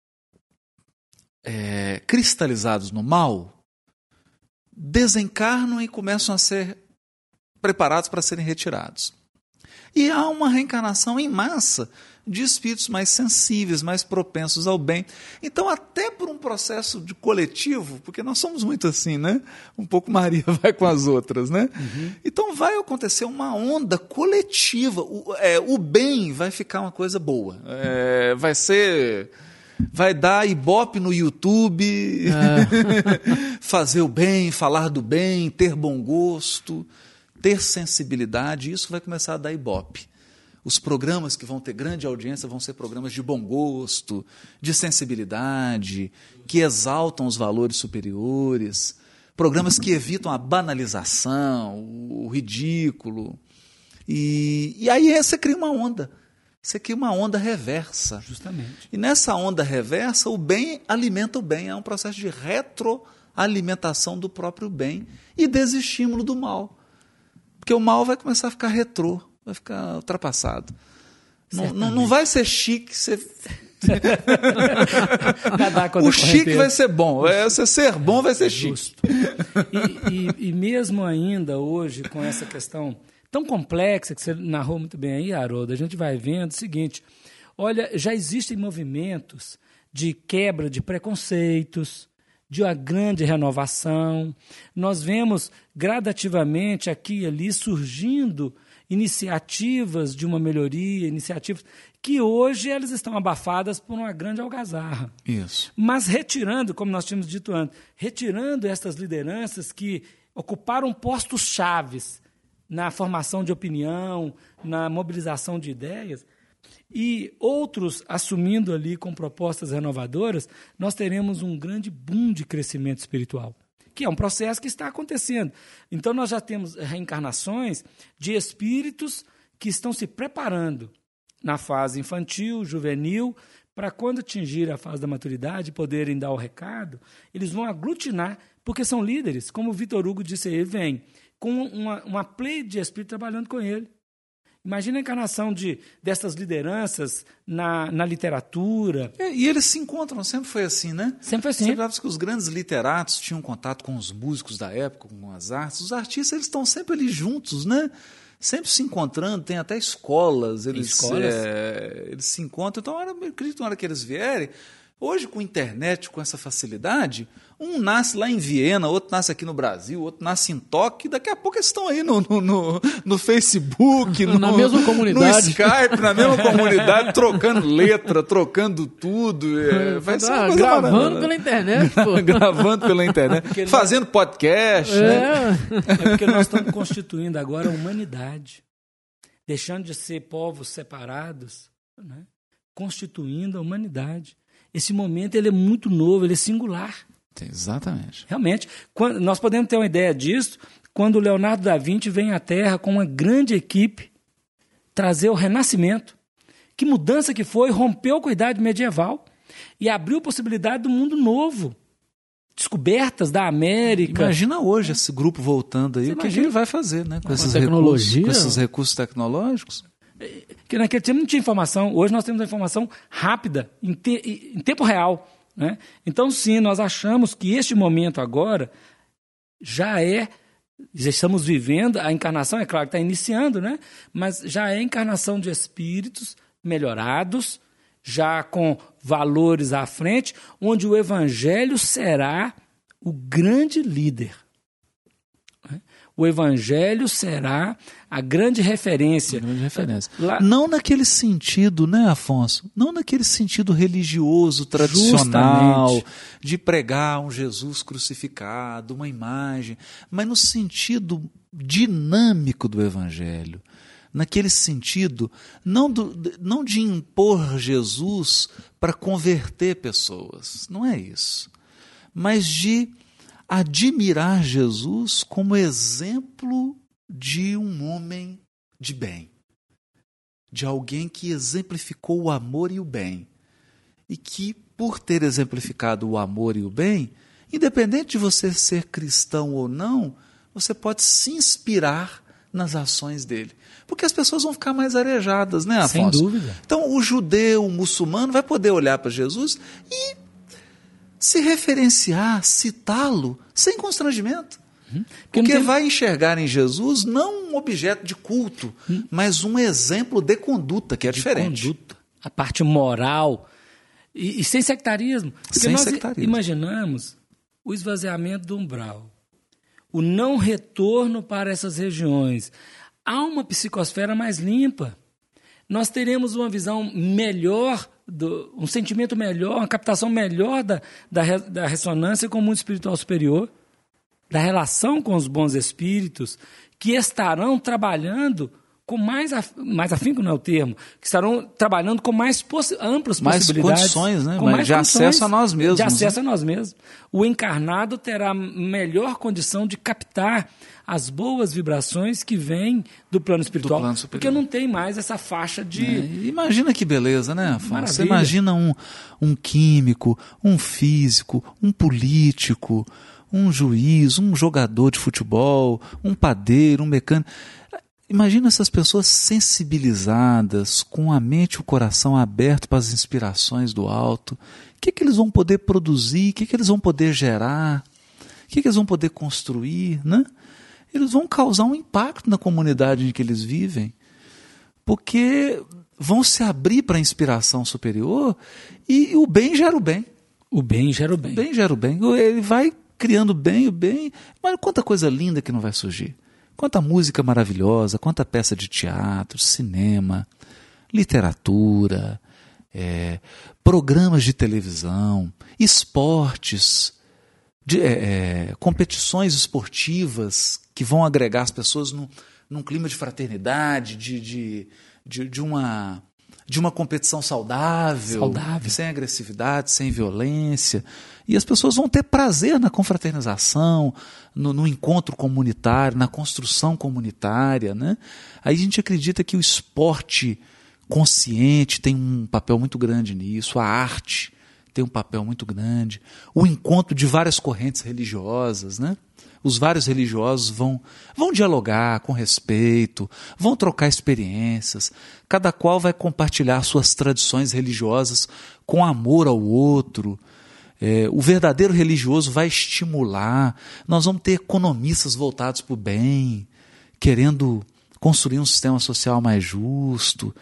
é, cristalizados no mal desencarnam e começam a ser preparados para serem retirados. E há uma reencarnação em massa de espíritos mais sensíveis, mais propensos ao bem. Então, até por um processo de coletivo, porque nós somos muito assim, né? Um pouco Maria vai com as outras, né? Uhum. Então, vai acontecer uma onda coletiva. O, é, o bem vai ficar uma coisa boa. É, vai ser... Vai dar ibope no YouTube, é. Fazer o bem, falar do bem, ter bom gosto, ter sensibilidade, isso vai começar a dar ibope. Os programas que vão ter grande audiência vão ser programas de bom gosto, de sensibilidade, que exaltam os valores superiores, programas que evitam a banalização, o ridículo. E, e aí você cria uma onda. Você cria uma onda reversa. Justamente. E nessa onda reversa, o bem alimenta o bem. É um processo de retroalimentação do próprio bem e desestímulo do mal. Porque o mal vai começar a ficar retrô, vai ficar ultrapassado. Não, não, não vai ser chique. Ser... o chique vai ser bom. É, se ser bom vai ser chique. E, e, e mesmo ainda hoje, com essa questão tão complexa que você narrou muito bem aí, Haroldo, a gente vai vendo o seguinte: olha, já existem movimentos de quebra de preconceitos, de uma grande renovação. Nós vemos gradativamente aqui e ali surgindo iniciativas de uma melhoria, iniciativas que hoje elas estão abafadas por uma grande algazarra. Isso. Mas retirando, como nós tínhamos dito antes, retirando estas lideranças que ocuparam postos chaves na formação de opinião, na mobilização de ideias, e outros assumindo ali com propostas renovadoras, nós teremos um grande boom de crescimento espiritual, que é um processo que está acontecendo. Então, nós já temos reencarnações de espíritos que estão se preparando na fase infantil, juvenil, para quando atingir a fase da maturidade, poderem dar o recado, eles vão aglutinar, porque são líderes, como o Vitor Hugo disse aí, vem com uma, uma play de espírito trabalhando com ele. Imagina a encarnação de, dessas lideranças na, na literatura. É, e eles se encontram, sempre foi assim, né? Sempre foi assim. Sempre que os grandes literatos tinham contato com os músicos da época, com as artes. Os artistas, eles estão sempre ali juntos, né? Sempre se encontrando, tem até escolas. Eles, escolas? É, eles se encontram. Então, eu acredito que na hora que eles vierem, hoje com a internet, com essa facilidade, um nasce lá em Viena, outro nasce aqui no Brasil, outro nasce em Tóquio, daqui a pouco eles estão aí no, no, no, no Facebook, no, na mesma comunidade, no Skype, na mesma comunidade, trocando letra, trocando tudo. É, vai ser uma ah, coisa gravando maravilhosa. pela internet, pô. Gravando pela internet, Porque fazendo nós... podcast. É. Né? É porque nós estamos constituindo agora a humanidade, deixando de ser povos separados, né? Constituindo a humanidade. Esse momento ele é muito novo, ele é singular. Exatamente. Realmente. Quando, nós podemos ter uma ideia disso quando o Leonardo da Vinci vem à Terra com uma grande equipe trazer o Renascimento. Que mudança que foi, rompeu com a idade medieval e abriu possibilidade do mundo novo. Descobertas da América. Imagina hoje esse grupo voltando aí, Você o que, que ele vai fazer, né? Com, com esses tecnologia, recursos, com esses recursos tecnológicos. Que naquele tempo não tinha informação, hoje nós temos a informação rápida, em, te, em tempo real. Né? Então, sim, nós achamos que este momento agora já é, já estamos vivendo, a encarnação, é claro que está iniciando, né? Mas já é a encarnação de espíritos melhorados, já com valores à frente, onde o evangelho será o grande líder. O evangelho será a grande referência. Grande referência. Lá- Não naquele sentido, né, Afonso? Não naquele sentido religioso, tradicional, Justamente. de pregar um Jesus crucificado, uma imagem, mas no sentido dinâmico do Evangelho. Naquele sentido, não, do, não de impor Jesus para converter pessoas, não é isso, mas de admirar Jesus como exemplo de um homem de bem, de alguém que exemplificou o amor e o bem, e que, por ter exemplificado o amor e o bem, independente de você ser cristão ou não, você pode se inspirar nas ações dele. Porque as pessoas vão ficar mais arejadas, né, Afonso? Sem dúvida. Então, o judeu, o muçulmano, vai poder olhar para Jesus e se referenciar, citá-lo, sem constrangimento. Porque Porque não tem- vai enxergar em Jesus não um objeto de culto, mas um exemplo de conduta, que é diferente. Conduta, a parte moral e, e sem sectarismo. Porque Sem nós sectarismo. imaginamos o esvaziamento do umbral, o não retorno para essas regiões. Há uma psicosfera mais limpa. Nós teremos uma visão melhor, do, um sentimento melhor, uma captação melhor da, da, re- da ressonância com o mundo espiritual superior, da relação com os bons espíritos, que estarão trabalhando com mais, af, mais afinco não é o termo, que estarão trabalhando com mais possi- amplas Mais possibilidades. condições, né? com Mais mais de condições acesso a nós mesmos, De né? acesso a nós mesmos. O encarnado terá melhor condição de captar as boas vibrações que vêm do plano espiritual, plano superior. porque não tem mais essa faixa de... É, imagina que beleza, né, Afonso? Maravilha. Você imagina um, um químico, um físico, um político, um juiz, um jogador de futebol, um padeiro, um mecânico. Imagina essas pessoas sensibilizadas, com a mente e o coração aberto para as inspirações do alto. O que, que eles vão poder produzir? O que, que eles vão poder gerar? O que, que eles vão poder construir, né? Eles vão causar um impacto na comunidade em que eles vivem, porque vão se abrir para a inspiração superior e o bem gera o bem. O bem gera o bem. O bem gera o bem. Ele vai criando bem, o bem. Mas quanta coisa linda que não vai surgir. Quanta música maravilhosa, quanta peça de teatro, cinema, literatura, é, programas de televisão, esportes, de, é, é, competições esportivas que vão agregar as pessoas num, num clima de fraternidade, de, de, de, de, uma, de uma competição saudável, Saudável. sem agressividade, sem violência. E as pessoas vão ter prazer na confraternização, no, no encontro comunitário, na construção comunitária, né? Aí a gente acredita que o esporte consciente tem um papel muito grande nisso, a arte tem um papel muito grande, o encontro de várias correntes religiosas, né? Os vários religiosos vão, vão dialogar com respeito, vão trocar experiências, cada qual vai compartilhar suas tradições religiosas com amor ao outro. É, o verdadeiro religioso vai estimular, nós vamos ter economistas voltados para o bem, querendo construir um sistema social mais justo,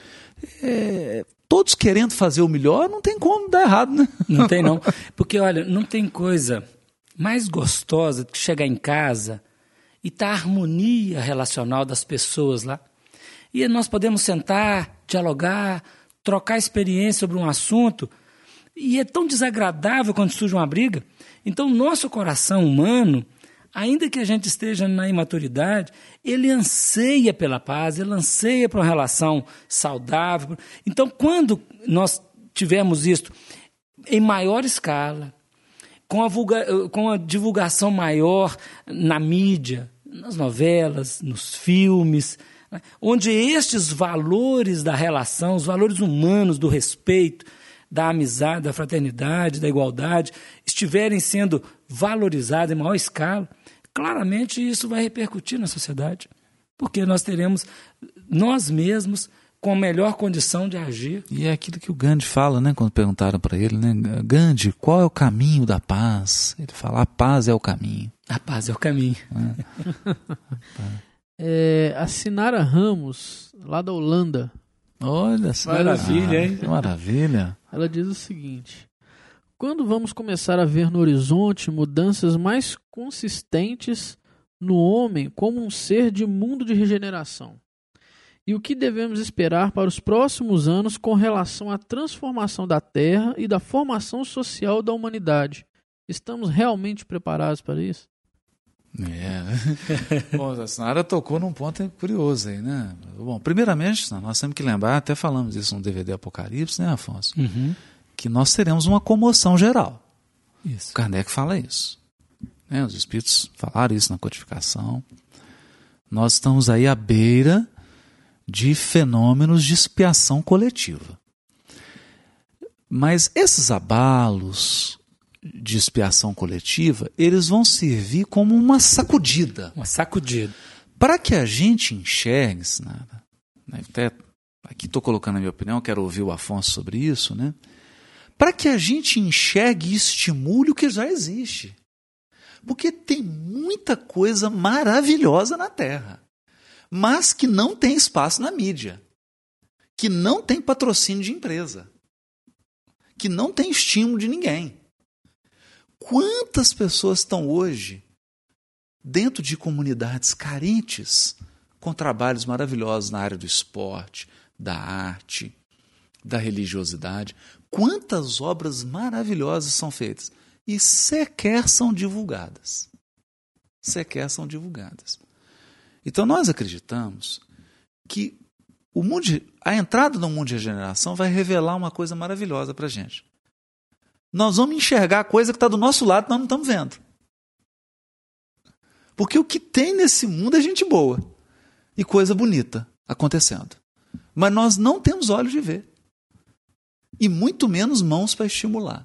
é, todos querendo fazer o melhor, não tem como dar errado, né? Não tem não, porque olha, não tem coisa mais gostosa do que chegar em casa e tá a harmonia relacional das pessoas lá. E nós podemos sentar, dialogar, trocar experiência sobre um assunto. E é tão desagradável quando surge uma briga. Então, nosso coração humano, ainda que a gente esteja na imaturidade, ele anseia pela paz, ele anseia por uma relação saudável. Então, quando nós tivermos isto em maior escala, com a, vulga, com a divulgação maior na mídia, nas novelas, nos filmes, né, onde estes valores da relação, os valores humanos do respeito, da amizade, da fraternidade, da igualdade, estiverem sendo valorizados em maior escala, claramente isso vai repercutir na sociedade, porque nós teremos nós mesmos com a melhor condição de agir. E é aquilo que o Gandhi fala, né, quando perguntaram para ele, né, Gandhi, qual é o caminho da paz? Ele fala, a paz é o caminho. A paz é o caminho. É, a Sinara Ramos, lá da Holanda, Olha só. Maravilha, hein? Que maravilha. Ela diz o seguinte: quando vamos começar a ver no horizonte mudanças mais consistentes no homem como um ser de mundo de regeneração? E o que devemos esperar para os próximos anos com relação à transformação da Terra e da formação social da humanidade? Estamos realmente preparados para isso? É. Bom, a senhora tocou num ponto curioso aí, né? Bom, primeiramente, nós temos que lembrar, até falamos isso no D V D Apocalipse, né, Afonso? Uhum. Que nós teremos uma comoção geral. Isso. Kardec fala isso. Né? Os Espíritos falaram isso na codificação. Nós estamos aí à beira de fenômenos de expiação coletiva. Mas esses abalos de expiação coletiva, eles vão servir como uma sacudida. Uma sacudida. Para que a gente enxergue, Sinara, né? Até aqui estou colocando a minha opinião, quero ouvir o Afonso sobre isso, né? Para que a gente enxergue e estimule o que já existe. Porque tem muita coisa maravilhosa na Terra, mas que não tem espaço na mídia, que não tem patrocínio de empresa, que não tem estímulo de ninguém. Quantas pessoas estão hoje dentro de comunidades carentes com trabalhos maravilhosos na área do esporte, da arte, da religiosidade? Quantas obras maravilhosas são feitas e sequer são divulgadas. Sequer são divulgadas. Então nós acreditamos que o mundo de, a entrada no mundo de regeneração vai revelar uma coisa maravilhosa para a gente. Nós vamos enxergar a coisa que está do nosso lado que nós não estamos vendo. Porque o que tem nesse mundo é gente boa e coisa bonita acontecendo. Mas nós não temos olhos de ver. E muito menos mãos para estimular.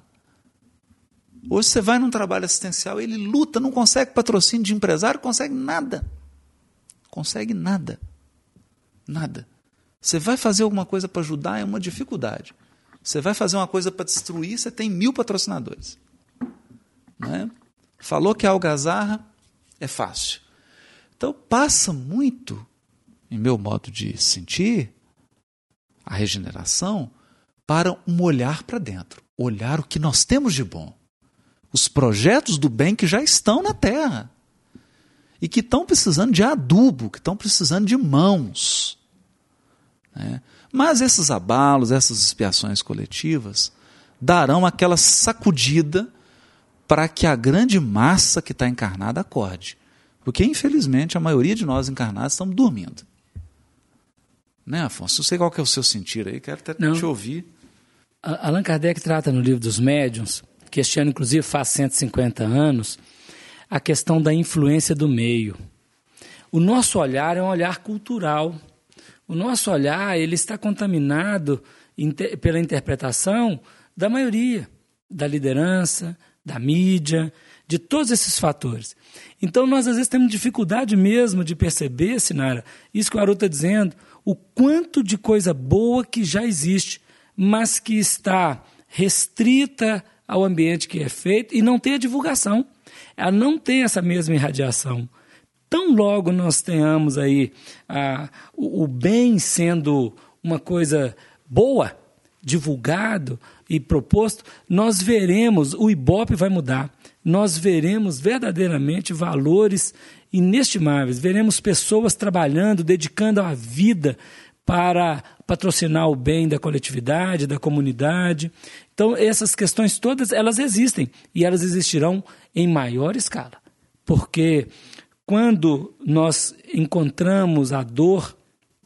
Hoje você vai num trabalho assistencial, ele luta, não consegue patrocínio de empresário, consegue nada. Consegue nada. Nada. Você vai fazer alguma coisa para ajudar, é uma dificuldade. Você vai fazer uma coisa para destruir, você tem mil patrocinadores. Não é? Falou que a algazarra é fácil. Então passa muito, em meu modo de sentir, a regeneração para um olhar para dentro. Olhar o que nós temos de bom. Os projetos do bem que já estão na Terra. E que estão precisando de adubo, que estão precisando de mãos. Né? Mas esses abalos, essas expiações coletivas, darão aquela sacudida para que a grande massa que está encarnada acorde. Porque, infelizmente, a maioria de nós encarnados estamos dormindo. Né, Afonso? Não sei qual que é o seu sentir aí, quero até Não. te ouvir. Allan Kardec trata no livro dos médiuns, que este ano, inclusive, faz cento e cinquenta anos, a questão da influência do meio. O nosso olhar é um olhar cultural. O nosso olhar ele está contaminado inter- pela interpretação da maioria, da liderança, da mídia, de todos esses fatores. Então, nós, às vezes, temos dificuldade mesmo de perceber, Sinara, isso que o Haroldo está dizendo, o quanto de coisa boa que já existe, mas que está restrita ao ambiente que é feito e não tem a divulgação. Ela não tem essa mesma irradiação. Tão logo nós tenhamos aí ah, o, o bem sendo uma coisa boa, divulgado e proposto, nós veremos, o Ibope vai mudar, nós veremos verdadeiramente valores inestimáveis, veremos pessoas trabalhando, dedicando a vida para patrocinar o bem da coletividade, da comunidade. Então, essas questões todas, elas existem e elas existirão em maior escala, porque quando nós encontramos a dor,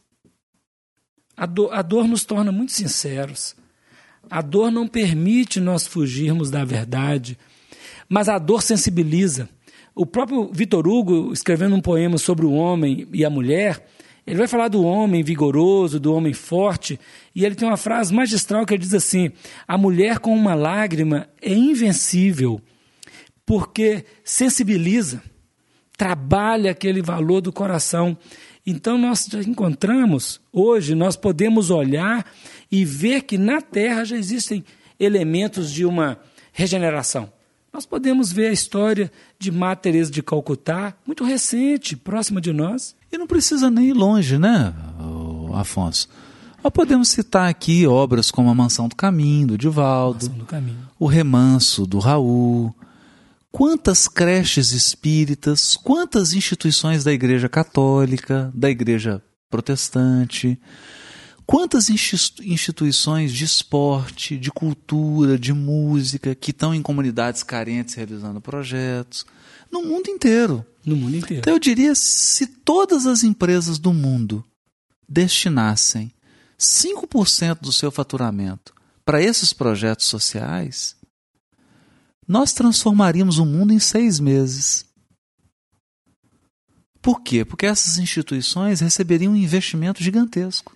a dor, a dor nos torna muito sinceros. A dor não permite nós fugirmos da verdade, mas a dor sensibiliza. O próprio Vitor Hugo, escrevendo um poema sobre o homem e a mulher, ele vai falar do homem vigoroso, do homem forte, e ele tem uma frase magistral que ele diz assim: a mulher com uma lágrima é invencível, porque sensibiliza, trabalha aquele valor do coração. Então nós já encontramos, hoje nós podemos olhar e ver que na Terra já existem elementos de uma regeneração. Nós podemos ver a história de Madre Teresa de Calcutá, muito recente, próxima de nós. E não precisa nem ir longe, né, Afonso? Nós podemos citar aqui obras como a Mansão do Caminho, do Divaldo, Mansão do Caminho. o Remanso, do Raul. Quantas creches espíritas, quantas instituições da Igreja Católica, da Igreja Protestante, quantas instituições de esporte, de cultura, de música, que estão em comunidades carentes realizando projetos, no mundo inteiro. No mundo inteiro. Então eu diria, se todas as empresas do mundo destinassem cinco por cento do seu faturamento para esses projetos sociais, nós transformaríamos o mundo em seis meses. Por quê? Porque essas instituições receberiam um investimento gigantesco.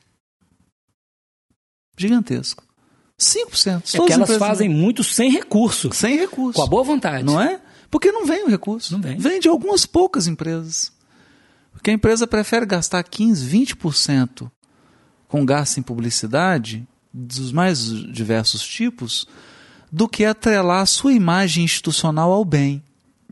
Gigantesco. cinco por cento. É que elas fazem muito sem recurso. Sem recurso. Com a boa vontade. Não é? Porque não vem o recurso. Não vem. Vem de algumas poucas empresas. Porque a empresa prefere gastar quinze, vinte por cento com gasto em publicidade, dos mais diversos tipos, do que atrelar a sua imagem institucional ao bem.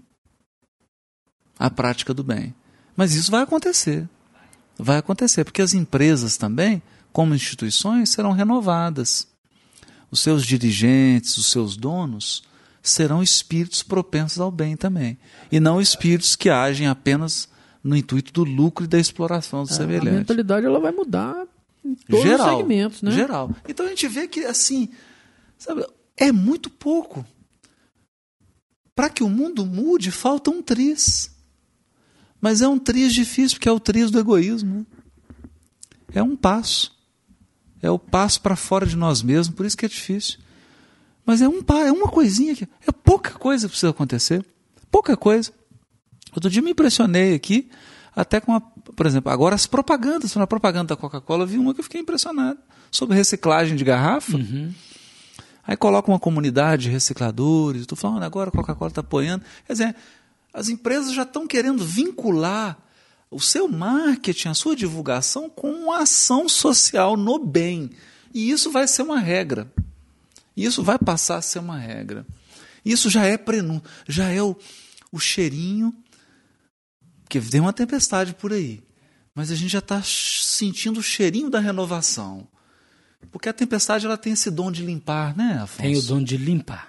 À prática do bem. Mas isso vai acontecer. Vai acontecer, porque as empresas também, como instituições, serão renovadas. Os seus dirigentes, os seus donos, serão espíritos propensos ao bem também. E não espíritos que agem apenas no intuito do lucro e da exploração do A semelhante. mentalidade ela vai mudar em todos Geral, os segmentos, né? Geral. Então a gente vê que, assim, sabe, é muito pouco. Para que o mundo mude, falta um triz. Mas é um triz difícil, porque é o triz do egoísmo. Né? É um passo. É o passo para fora de nós mesmos, por isso que é difícil. Mas é, um, é uma coisinha que é pouca coisa que precisa acontecer. Pouca coisa. Outro dia me impressionei aqui, até com, a, por exemplo, agora as propagandas. Na propaganda da Coca-Cola, eu vi uma que eu fiquei impressionado. Sobre reciclagem de garrafa. Uhum. Aí coloca uma comunidade de recicladores. Estou falando, agora a Coca-Cola está apoiando. Quer dizer, as empresas já estão querendo vincular o seu marketing, a sua divulgação com uma ação social no bem. E isso vai ser uma regra. Isso vai passar a ser uma regra. Isso já é prenúncio, já é o, o cheirinho, porque tem uma tempestade por aí, mas a gente já está sentindo o cheirinho da renovação. Porque a tempestade ela tem esse dom de limpar, né, Afonso? Tem o dom de limpar.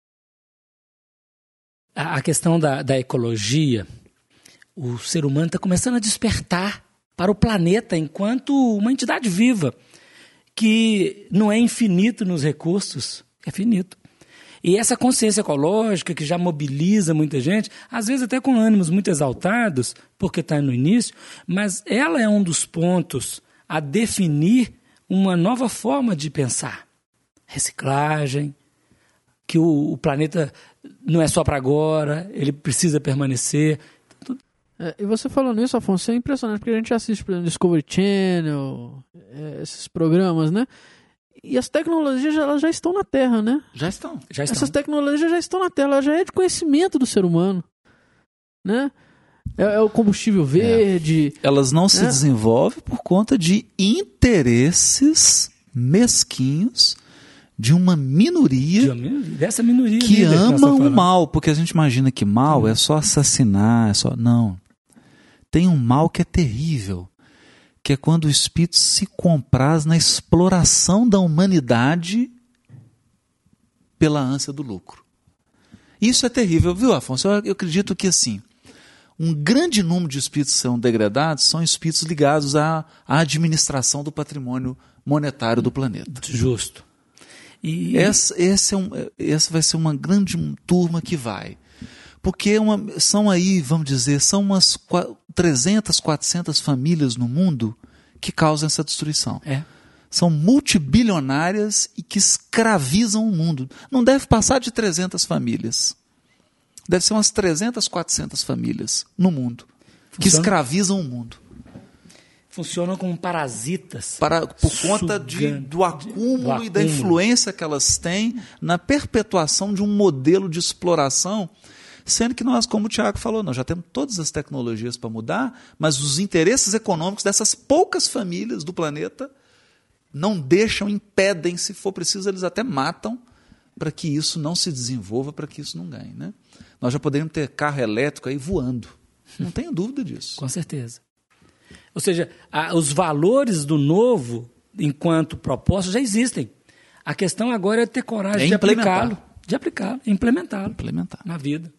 A, a questão da, da ecologia, o ser humano está começando a despertar para o planeta enquanto uma entidade viva, que não é infinito nos recursos, é finito. E essa consciência ecológica que já mobiliza muita gente, às vezes até com ânimos muito exaltados, porque está no início, mas ela é um dos pontos a definir uma nova forma de pensar. Reciclagem, que o, o planeta não é só para agora, ele precisa permanecer. É, e você falando isso, Afonso, é impressionante, porque a gente assiste, por exemplo, Discovery Channel, é, esses programas, né? E as tecnologias elas já estão na Terra, né? Já estão. Já estão. Essas tecnologias já estão na Terra, ela já é de conhecimento do ser humano, né? É, é o combustível verde. É. Elas não se É. desenvolvem por conta de interesses mesquinhos de uma minoria De uma minoria, dessa minoria que líder nós ama estamos o falando. mal, porque a gente imagina que mal é só assassinar, é só... Não. Tem um mal que é terrível, que é quando o espírito se compraz na exploração da humanidade pela ânsia do lucro. Isso é terrível, viu, Afonso? Eu, eu acredito que, assim, um grande número de espíritos que são degradados são espíritos ligados à, à administração do patrimônio monetário do planeta. Justo. E Essa, esse é um, essa vai ser uma grande turma que vai. Porque é uma, são aí, vamos dizer, são umas trezentas, quatrocentas famílias no mundo que causam essa destruição. é. São multibilionárias e que escravizam o mundo. Não deve passar de trezentas famílias. Deve ser umas trezentas, quatrocentas famílias no mundo que Funciona? escravizam o mundo. Funcionam como parasitas. Para, por conta de, Sugando. do acúmulo Do e da acúmulo. influência que elas têm na perpetuação de um modelo de exploração, sendo que nós, como o Tiago falou, nós já temos todas as tecnologias para mudar, mas os interesses econômicos dessas poucas famílias do planeta não deixam, impedem, se for preciso, eles até matam para que isso não se desenvolva, para que isso não ganhe. Né? Nós já poderíamos ter carro elétrico aí voando, não tenho dúvida disso. Com certeza. Ou seja, a, os valores do novo enquanto propostas, já existem. A questão agora é ter coragem É de implementar. aplicá-lo, de aplicá-lo, implementá-lo Implementar. na vida.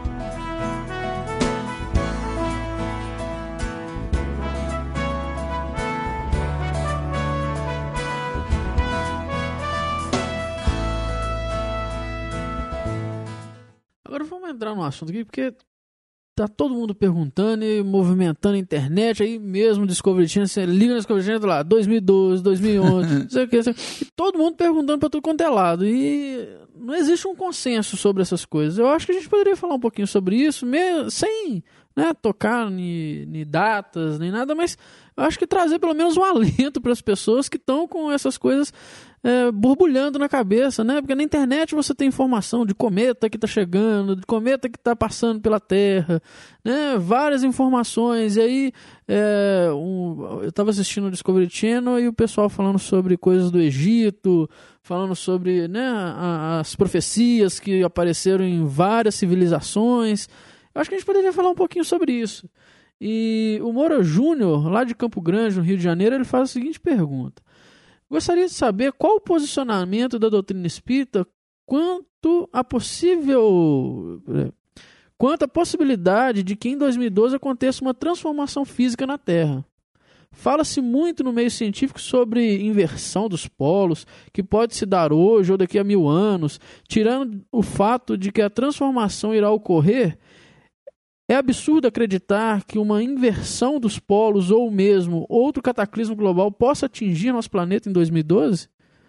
Agora vamos entrar no assunto aqui, porque tá todo mundo perguntando e movimentando a internet, aí mesmo Discovery Channel, você liga no Discovery Channel lá, dois mil e doze, dois mil e onze, não sei o que, não sei o que, e todo mundo perguntando pra tudo quanto é lado, e não existe um consenso sobre essas coisas. Eu acho que a gente poderia falar um pouquinho sobre isso, mesmo, sem, né, tocar em datas, nem nada, mas eu acho que trazer pelo menos um alento para as pessoas que estão com essas coisas é, borbulhando na cabeça, né? Porque na internet você tem informação de cometa que está chegando, de cometa que está passando pela Terra, né? Várias informações. E aí é, um, eu estava assistindo o Discovery Channel e o pessoal falando sobre coisas do Egito, falando sobre, né, a, as profecias que apareceram em várias civilizações. Eu acho que a gente poderia falar um pouquinho sobre isso. E o Moura Júnior, lá de Campo Grande, no Rio de Janeiro, ele faz a seguinte pergunta: gostaria de saber qual o posicionamento da doutrina espírita quanto a possível, quanto à possibilidade de que em dois mil e doze aconteça uma transformação física na Terra. Fala-se muito no meio científico sobre inversão dos polos, que pode se dar hoje ou daqui a mil anos, tirando o fato de que a transformação irá ocorrer. É absurdo acreditar que uma inversão dos polos ou mesmo outro cataclismo global possa atingir nosso planeta em dois mil e doze?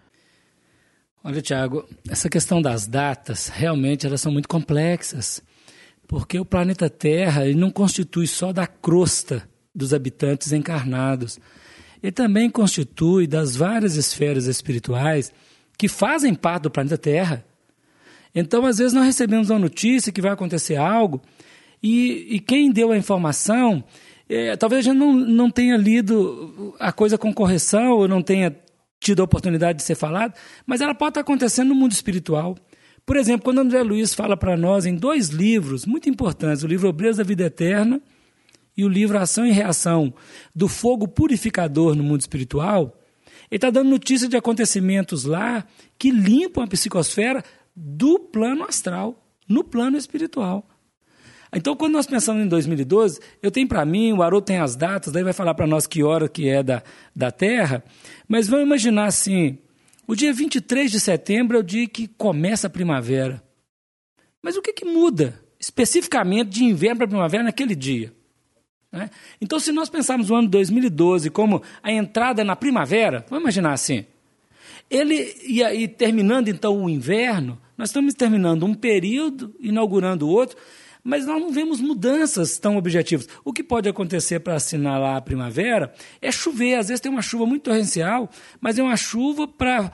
Olha, Tiago, essa questão das datas, realmente elas são muito complexas, porque o planeta Terra ele não constitui só da crosta dos habitantes encarnados. Ele também constitui das várias esferas espirituais que fazem parte do planeta Terra. Então, às vezes, nós recebemos uma notícia que vai acontecer algo, E, e quem deu a informação, é, talvez a gente não, não tenha lido a coisa com correção, ou não tenha tido a oportunidade de ser falado, mas ela pode estar acontecendo no mundo espiritual. Por exemplo, quando André Luiz fala para nós em dois livros muito importantes, o livro Obreiros da Vida Eterna e o livro Ação e Reação do Fogo Purificador no Mundo Espiritual, ele está dando notícia de acontecimentos lá que limpam a psicosfera do plano astral, no plano espiritual. Então, quando nós pensamos em dois mil e doze, eu tenho para mim, o Haroldo tem as datas, daí vai falar para nós que hora que é da, da Terra, mas vamos imaginar assim, o dia vinte e três de setembro é o dia que começa a primavera. Mas o que, que muda especificamente de inverno para primavera naquele dia? Né? Então, se nós pensarmos o ano dois mil e doze como a entrada na primavera, vamos imaginar assim, ele, e aí terminando então o inverno, nós estamos terminando um período, inaugurando outro, mas nós não vemos mudanças tão objetivas. O que pode acontecer para assinalar a primavera é chover. Às vezes tem uma chuva muito torrencial, mas é uma chuva para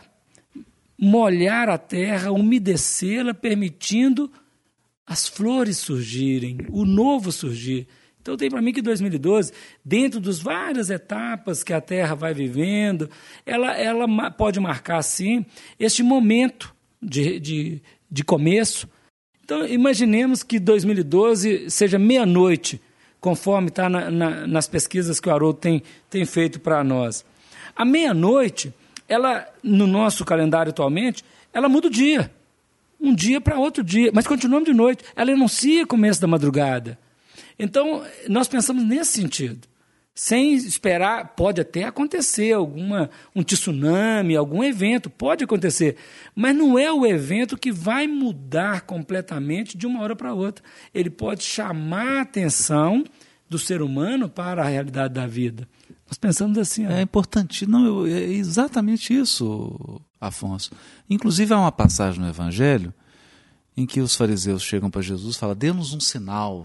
molhar a terra, umedecê-la, permitindo as flores surgirem, o novo surgir. Então tem para mim que dois mil e doze, dentro das várias etapas que a Terra vai vivendo, ela, ela pode marcar, sim, este momento de, de, de começo. Então, imaginemos que dois mil e doze seja meia-noite, conforme está na, na, nas pesquisas que o Haroldo tem, tem feito para nós. A meia-noite, ela, no nosso calendário atualmente, ela muda o dia. Um dia para outro dia, mas continuamos de noite. Ela anuncia começo da madrugada. Então, nós pensamos nesse sentido. Sem esperar, pode até acontecer alguma, um tsunami, algum evento, pode acontecer, mas não é o evento que vai mudar completamente de uma hora para outra. Ele pode chamar a atenção do ser humano para a realidade da vida. Nós pensamos assim. Ó. É importante, não, é exatamente isso, Afonso. Inclusive, há uma passagem no Evangelho em que os fariseus chegam para Jesus e falam, dê-nos um sinal.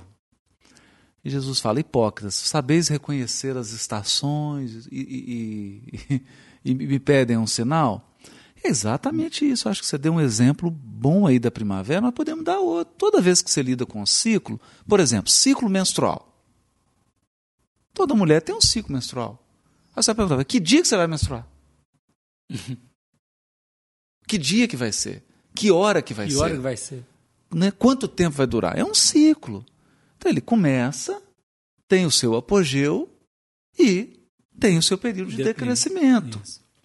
E Jesus fala, hipócritas, sabeis reconhecer as estações e, e, e, e me pedem um sinal? É exatamente isso. Acho que você deu um exemplo bom aí da primavera, nós podemos dar outro. Toda vez que você lida com um ciclo, por exemplo, ciclo menstrual. Toda mulher tem um ciclo menstrual. Aí você vai perguntar, que dia que você vai menstruar? Que dia que vai ser? Que hora que vai que ser? Que hora que vai ser? Né? Quanto tempo vai durar? É um ciclo. Então ele começa, tem o seu apogeu e tem o seu período de decrescimento. Isso.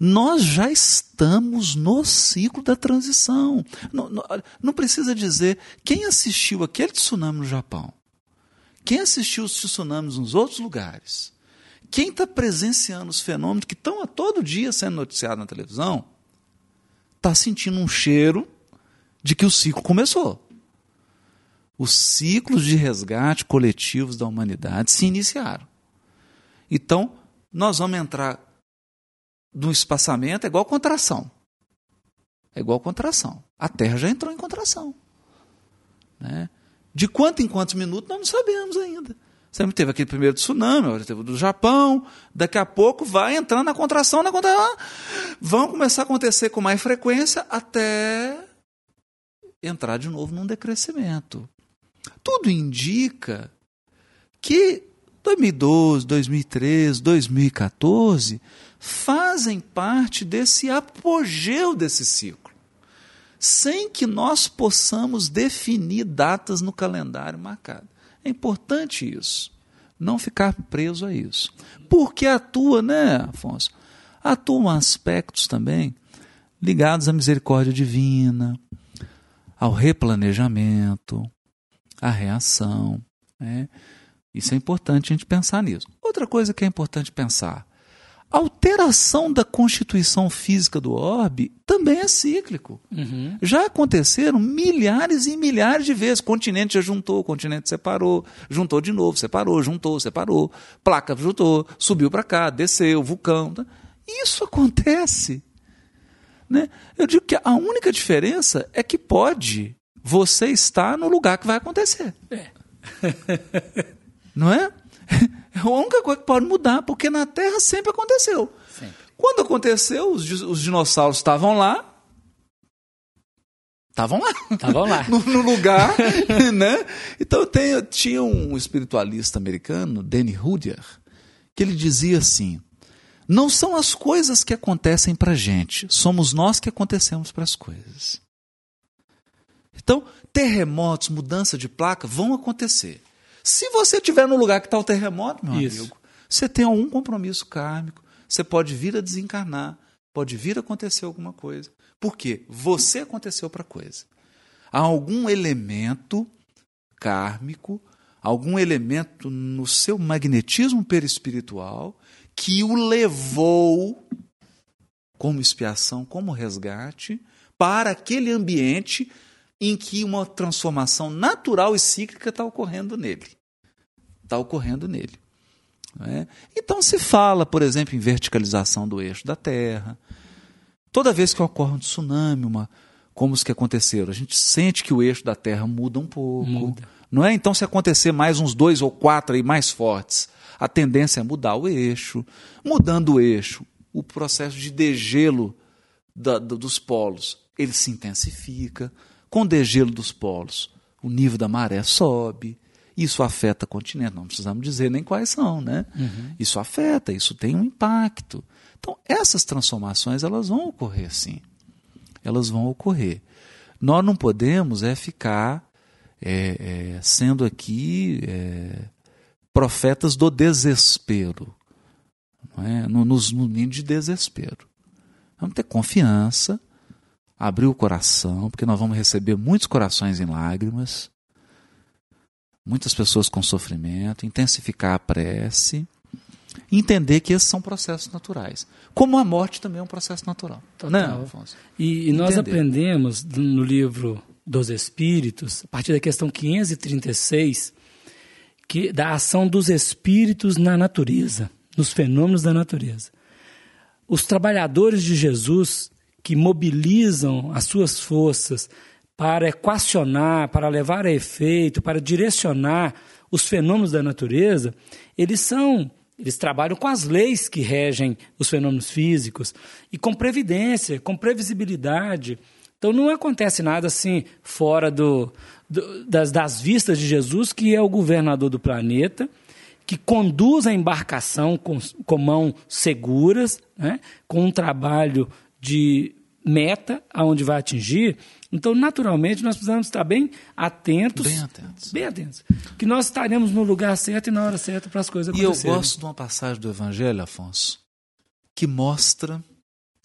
Nós já estamos no ciclo da transição. Não, não, não precisa dizer quem assistiu aquele tsunami no Japão, quem assistiu os tsunamis nos outros lugares, quem está presenciando os fenômenos que estão a todo dia sendo noticiados na televisão, está sentindo um cheiro de que o ciclo começou. Os ciclos de resgate coletivos da humanidade se iniciaram. Então, nós vamos entrar no espaçamento, é igual contração. É igual contração. A Terra já entrou em contração. Né? De quanto em quantos minutos, nós não sabemos ainda. Sempre teve aquele primeiro tsunami, agora teve o do Japão, daqui a pouco vai entrando na contração, na contração, vão começar a acontecer com mais frequência até entrar de novo num decrescimento. Tudo indica que dois mil e doze, dois mil e treze, dois mil e quatorze fazem parte desse apogeu desse ciclo, sem que nós possamos definir datas no calendário marcado. É importante isso, não ficar preso a isso. Porque atua, né, Afonso? Atuam aspectos também ligados à misericórdia divina, ao replanejamento, à reação. Né? Isso é importante a gente pensar nisso. Outra coisa que é importante pensar, a alteração da constituição física do orbe também é cíclico. Uhum. Já aconteceram milhares e milhares de vezes. O continente já juntou, o continente separou, juntou de novo, separou, juntou, separou, placa juntou, subiu para cá, desceu, vulcão. Tá? Isso acontece. Né? Eu digo que a única diferença é que pode você estar no lugar que vai acontecer. É. Não é? É a única coisa que pode mudar, porque na Terra sempre aconteceu. Sempre. Quando aconteceu, os, os dinossauros estavam lá. Estavam lá. Estavam lá. no, no lugar. Né? Então eu tenho, tinha um espiritualista americano, Danny Rudier, que ele dizia assim: não são as coisas que acontecem para a gente, somos nós que acontecemos para as coisas. Então, terremotos, mudança de placa vão acontecer. Se você estiver no lugar que está o terremoto, meu Isso. amigo, você tem algum compromisso kármico, você pode vir a desencarnar, pode vir a acontecer alguma coisa. Por quê? Você aconteceu para a coisa. Há algum elemento kármico, algum elemento no seu magnetismo perispiritual que o levou como expiação, como resgate, para aquele ambiente em que uma transformação natural e cíclica está ocorrendo nele. Está ocorrendo nele. Não é? Então se fala, por exemplo, em verticalização do eixo da Terra. Toda vez que ocorre um tsunami, uma, como os que aconteceram, a gente sente que o eixo da Terra muda um pouco. Muda. Não é? Então se acontecer mais uns dois ou quatro aí mais fortes, a tendência é mudar o eixo. Mudando o eixo, o processo de degelo da, da, dos polos, ele se intensifica. Com o degelo dos polos, o nível da maré sobe, isso afeta o continente, não precisamos dizer nem quais são, né? Uhum. Isso afeta, isso tem um impacto. Então, essas transformações, elas vão ocorrer sim, elas vão ocorrer. Nós não podemos é ficar é, é, sendo aqui é, profetas do desespero, não é? no, no, no nível de desespero. Vamos ter confiança, abrir o coração, porque nós vamos receber muitos corações em lágrimas, muitas pessoas com sofrimento, intensificar a prece, entender que esses são processos naturais. Como a morte também é um processo natural. Total. Né, Afonso? E, e nós aprendemos no livro dos Espíritos, a partir da questão quinhentos e trinta e seis, que, da ação dos espíritos na natureza, nos fenômenos da natureza. Os trabalhadores de Jesus que mobilizam as suas forças para equacionar, para levar a efeito, para direcionar os fenômenos da natureza, eles são, eles trabalham com as leis que regem os fenômenos físicos e com previdência, com previsibilidade. Então não acontece nada assim fora do, do, das, das vistas de Jesus, que é o governador do planeta, que conduz a embarcação com, com mãos seguras, né, com um trabalho de meta aonde vai atingir. Então, naturalmente, nós precisamos estar bem atentos. Bem atentos. Bem atentos. Que nós estaremos no lugar certo e na hora certa para as coisas acontecerem. E eu gosto de uma passagem do Evangelho, Afonso, que mostra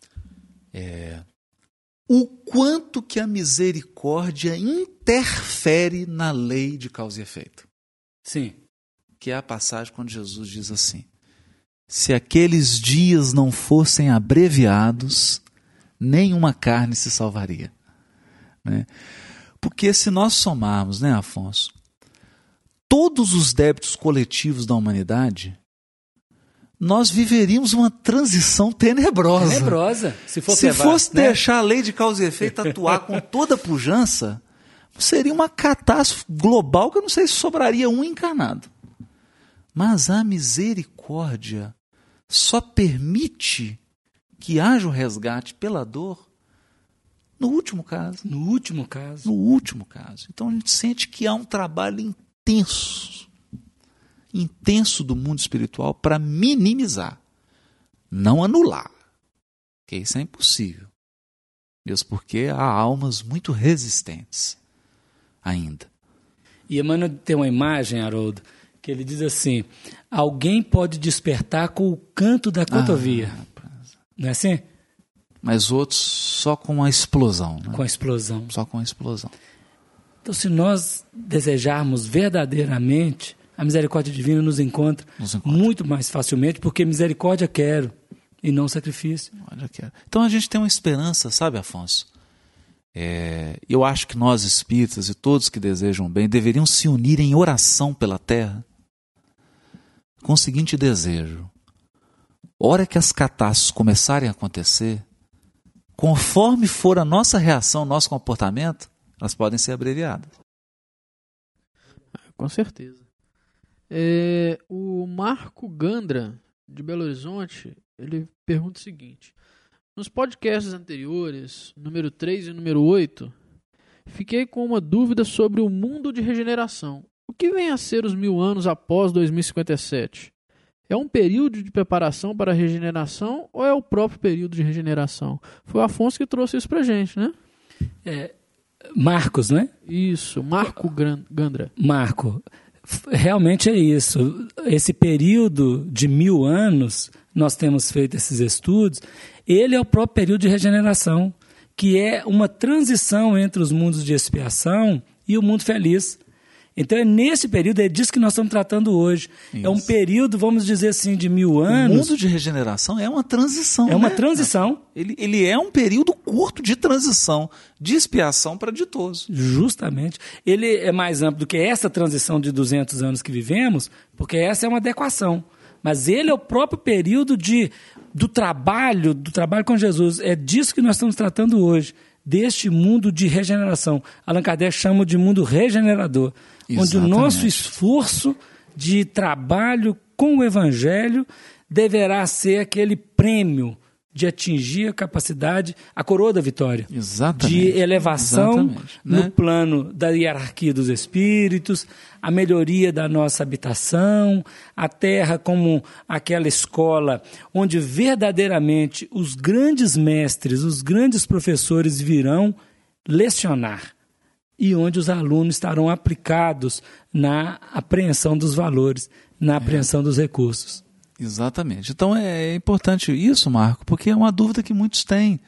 é, o quanto que a misericórdia interfere na lei de causa e efeito. Sim. Que é a passagem quando Jesus diz assim: se aqueles dias não fossem abreviados, nenhuma carne se salvaria. Né? Porque se nós somarmos, né, Afonso, todos os débitos coletivos da humanidade, nós viveríamos uma transição tenebrosa. Tenebrosa. Se fosse, se levar, fosse né? deixar a lei de causa e efeito atuar com toda a pujança, seria uma catástrofe global que eu não sei se sobraria um encarnado. Mas a misericórdia só permite que haja o resgate pela dor no último caso. No último caso. No último caso. Então a gente sente que há um trabalho intenso, intenso do mundo espiritual para minimizar, não anular, porque isso é impossível. Mesmo porque há almas muito resistentes ainda. E Emmanuel tem uma imagem, Haroldo, que ele diz assim: alguém pode despertar com o canto da cotovia. Ah, não é assim? Mas outros só com a explosão. Né? Com a explosão. Só com a explosão. Então, se nós desejarmos verdadeiramente, a misericórdia divina nos encontra, nos encontra muito mais facilmente, porque misericórdia quero e não sacrifício. Olha, quero. Então a gente tem uma esperança, sabe, Afonso? É, eu acho que nós espíritas e todos que desejam bem deveriam se unir em oração pela terra com o seguinte desejo: hora que as catástrofes começarem a acontecer, conforme for a nossa reação, nosso comportamento, elas podem ser abreviadas. Com certeza. É, o Marco Gandra, de Belo Horizonte, ele pergunta o seguinte: nos podcasts anteriores, número três e número oito, fiquei com uma dúvida sobre o mundo de regeneração. O que vem a ser os mil anos após dois mil e cinquenta e sete? É um período de preparação para a regeneração ou é o próprio período de regeneração? Foi o Afonso que trouxe isso pra gente, né? É, Marcos, né? Isso, Marco Gandra. Marco, realmente é isso. Esse período de mil anos, nós temos feito esses estudos, ele é o próprio período de regeneração, que é uma transição entre os mundos de expiação e o mundo feliz. Então é nesse período, é disso que nós estamos tratando hoje. Isso. É um período, vamos dizer assim, de mil anos. O mundo de regeneração é uma transição. É uma né? transição. Ele, ele é um período curto de transição, de expiação para ditoso. Justamente. Ele é mais amplo do que essa transição de duzentos anos que vivemos, porque essa é uma adequação. Mas ele é o próprio período de, do trabalho, do trabalho com Jesus. É disso que nós estamos tratando hoje, deste mundo de regeneração. Allan Kardec chama de mundo regenerador. Exatamente. Onde o nosso esforço de trabalho com o Evangelho deverá ser aquele prêmio de atingir a capacidade, a coroa da vitória. Exatamente. De elevação Exatamente, né? no plano da hierarquia dos espíritos, a melhoria da nossa habitação, a terra como aquela escola onde verdadeiramente os grandes mestres, os grandes professores virão lecionar. E onde os alunos estarão aplicados na apreensão dos valores, na apreensão é. dos recursos. Exatamente. Então é importante isso, Marco, porque é uma dúvida que muitos têm.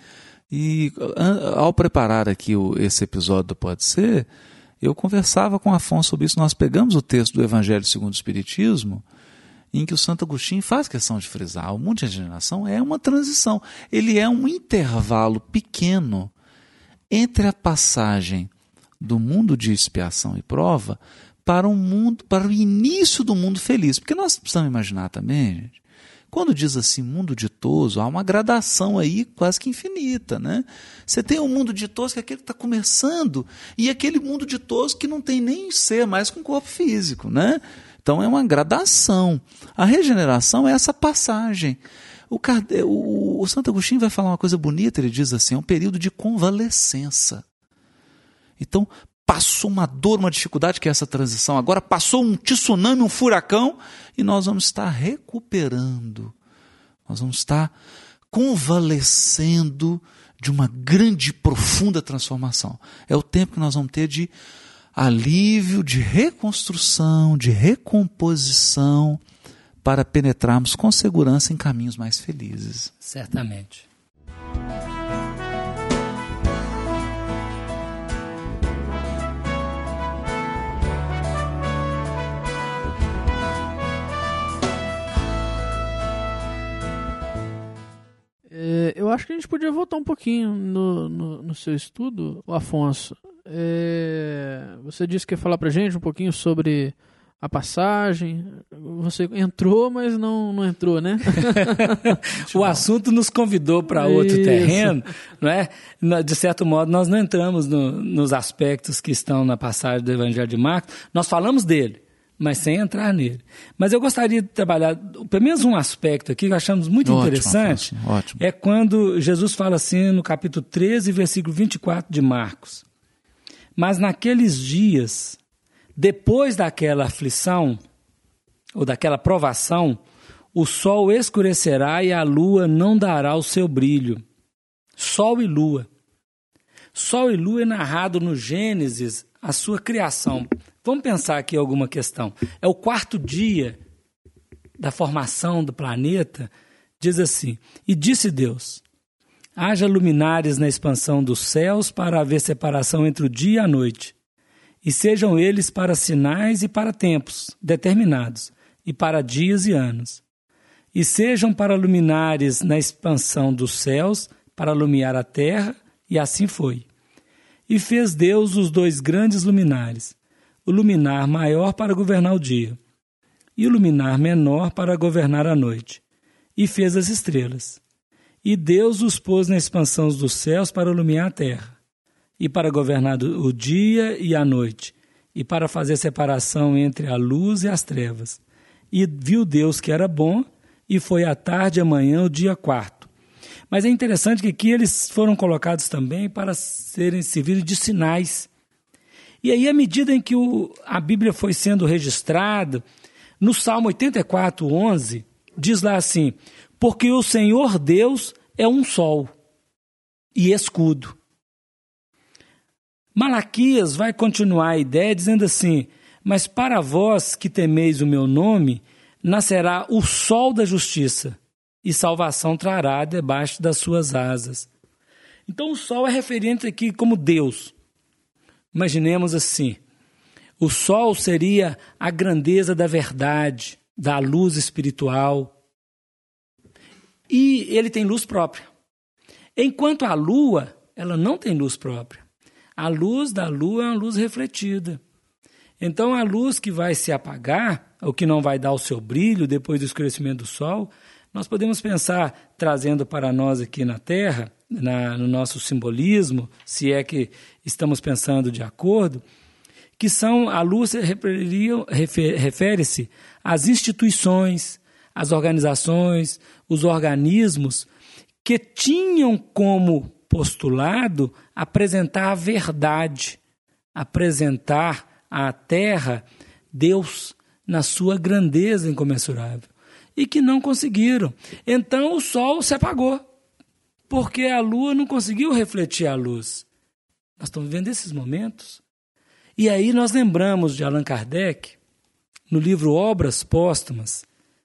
E ao preparar aqui o, esse episódio do Pode Ser, eu conversava com o Afonso sobre isso. Nós pegamos o texto do Evangelho segundo o Espiritismo, em que o Santo Agostinho faz questão de frisar: o mundo de regeneração é uma transição. Ele é um intervalo pequeno entre a passagem do mundo de expiação e prova para um mundo, para o início do mundo feliz. Porque nós precisamos imaginar também, gente, quando diz assim mundo ditoso, há uma gradação aí quase que infinita, né? Você tem o um mundo ditoso que é aquele que está começando, e aquele mundo ditoso que não tem nem ser mais com corpo físico, né? Então é uma gradação. A regeneração é essa passagem. O, Card... o, o Santo Agostinho vai falar uma coisa bonita, ele diz assim: é um período de convalescença. Então, passou uma dor, uma dificuldade, que é essa transição. Agora passou um tsunami, um furacão, e nós vamos estar recuperando. Nós vamos estar convalescendo de uma grande e profunda transformação. É o tempo que nós vamos ter de alívio, de reconstrução, de recomposição, para penetrarmos com segurança em caminhos mais felizes. Certamente. eu acho que a gente podia voltar um pouquinho no, no, no seu estudo, Afonso. É, você disse que ia falar pra gente um pouquinho sobre a passagem. Você entrou, mas não, não entrou, né? O assunto nos convidou para outro Isso. terreno, não é? De certo modo, nós não entramos no, nos aspectos que estão na passagem do Evangelho de Marcos. Nós falamos dele, mas sem entrar nele. Mas eu gostaria de trabalhar, pelo menos um aspecto aqui que achamos muito Ótimo, interessante, Afonso, ótimo. é quando Jesus fala assim no capítulo treze, versículo vinte e quatro de Marcos. Mas naqueles dias, depois daquela aflição, ou daquela provação, o sol escurecerá e a lua não dará o seu brilho. Sol e lua. Sol e lua é narrado no Gênesis, a sua criação. Vamos pensar aqui alguma questão. É o quarto dia da formação do planeta. Diz assim: e disse Deus: haja luminares na expansão dos céus para haver separação entre o dia e a noite. E sejam eles para sinais e para tempos determinados, e para dias e anos. E sejam para luminares na expansão dos céus, para iluminar a terra, e assim foi. E fez Deus os dois grandes luminares, o luminar maior para governar o dia, e o luminar menor para governar a noite. E fez as estrelas. E Deus os pôs na expansão dos céus para iluminar a terra, e para governar o dia e a noite, e para fazer separação entre a luz e as trevas. E viu Deus que era bom, e foi à tarde e amanhã o dia quarto. Mas é interessante que aqui eles foram colocados também para serem servidos de sinais. E aí, à medida em que o, a Bíblia foi sendo registrada, no Salmo oitenta e quatro, onze, diz lá assim: porque o Senhor Deus é um sol e escudo. Malaquias vai continuar a ideia dizendo assim: mas para vós que temeis o meu nome, nascerá o sol da justiça, e salvação trará debaixo das suas asas. Então o sol é referente aqui como Deus. Imaginemos assim: o sol seria a grandeza da verdade, da luz espiritual. E ele tem luz própria. Enquanto a lua, ela não tem luz própria. A luz da lua é uma luz refletida. Então, a luz que vai se apagar, ou que não vai dar o seu brilho depois do escurecimento do sol, nós podemos pensar, trazendo para nós aqui na Terra, na, no nosso simbolismo, se é que estamos pensando de acordo, que são, a luz refere-se às instituições, às organizações, os organismos que tinham como postulado apresentar a verdade, apresentar à Terra Deus na sua grandeza incomensurável, e que não conseguiram. Então o sol se apagou, porque a lua não conseguiu refletir a luz. Nós estamos vivendo esses momentos. E aí nós lembramos de Allan Kardec, no livro Obras Póstumas,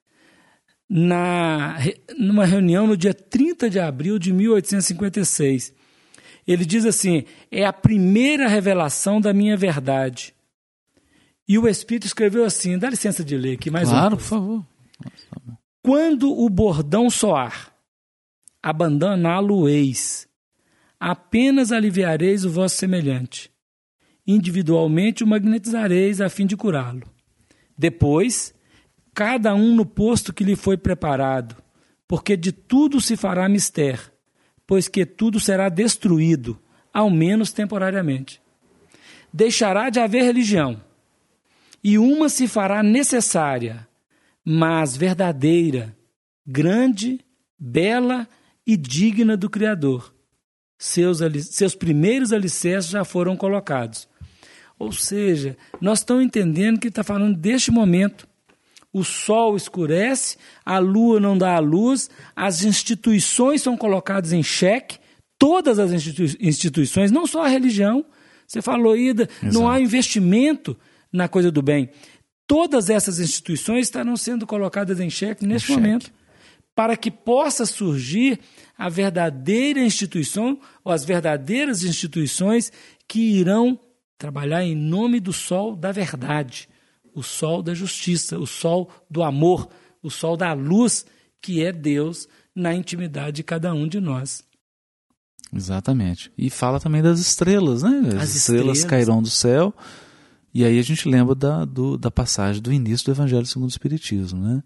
na, numa reunião no dia trinta de abril de mil oitocentos e cinquenta e seis. Ele diz assim: é a primeira revelação da minha verdade. E o Espírito escreveu assim, dá licença de ler aqui mais um. Claro, por favor. Quando o bordão soar, abandoná-lo-eis. Apenas aliviareis o vosso semelhante. Individualmente o magnetizareis a fim de curá-lo. Depois, cada um no posto que lhe foi preparado, porque de tudo se fará mister, pois que tudo será destruído, ao menos temporariamente. Deixará de haver religião, e uma se fará necessária, mas verdadeira, grande, bela e digna do Criador. Seus, seus primeiros alicerces já foram colocados. Ou seja, nós estamos entendendo que está falando deste momento. O sol escurece, a lua não dá a luz, as instituições são colocadas em xeque, todas as institui- instituições, não só a religião. Você falou, Ida, Exato. Não há investimento na coisa do bem. Todas essas instituições estarão sendo colocadas em xeque neste em momento, xeque. Para que possa surgir a verdadeira instituição, ou as verdadeiras instituições que irão trabalhar em nome do sol da verdade, o sol da justiça, o sol do amor, o sol da luz, que é Deus na intimidade de cada um de nós. Exatamente. E fala também das estrelas, né? As, As estrelas, estrelas. cairão do céu. E aí a gente lembra da, do, da passagem do início do Evangelho segundo o Espiritismo, né?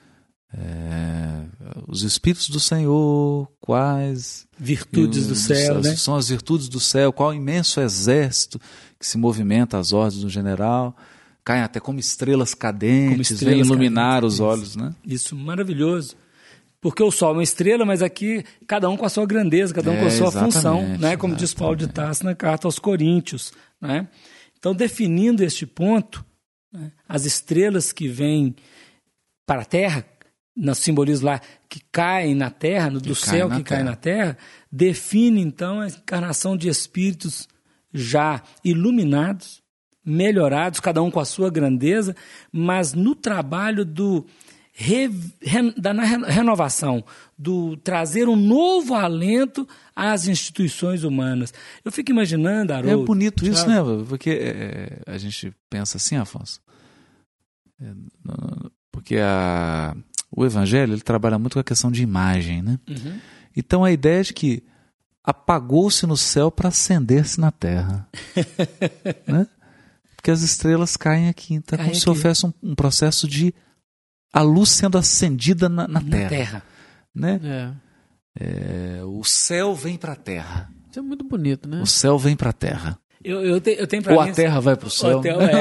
É, os Espíritos do Senhor, quais... Virtudes do céu, as, né? São as virtudes do céu, qual imenso exército que se movimenta às ordens do general, caem até como estrelas cadentes, Como estrelas vêm iluminar cadentes, os olhos, né? Isso, maravilhoso. Porque o Sol é uma estrela, mas aqui cada um com a sua grandeza, cada um É, com a sua exatamente, função, né? Como diz Paulo de Tarso na carta aos Coríntios, né? Então, definindo este ponto, né, as estrelas que vêm para a Terra, no simbolismo lá, que caem na Terra, no, do caem céu na que cai terra. na Terra, define então a encarnação de espíritos já iluminados, melhorados, cada um com a sua grandeza, mas no trabalho do re, re, da na renovação, do trazer um novo alento às instituições humanas. Eu fico imaginando, É Haroldo... bonito isso, sabe? né? Porque é, a gente pensa assim, Afonso, é, não- porque a, o Evangelho ele trabalha muito com a questão de imagem, né? Uhum. Então a ideia é de que apagou-se no céu para acender-se na terra, né? Porque as estrelas caem aqui, então é Caem como se aqui. houvesse um, um processo de a luz sendo acendida na, na Na terra, terra. né? É. É, o céu vem para a terra, Isso é muito bonito, né? o céu vem para a terra, Eu, eu, te, eu tenho pra ou mim... a terra vai para o céu. Hotel, é.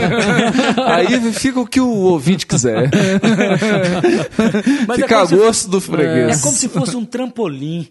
Aí fica o que o ouvinte quiser. Mas é Fica a como se- gosto do freguês. É como se fosse um trampolim.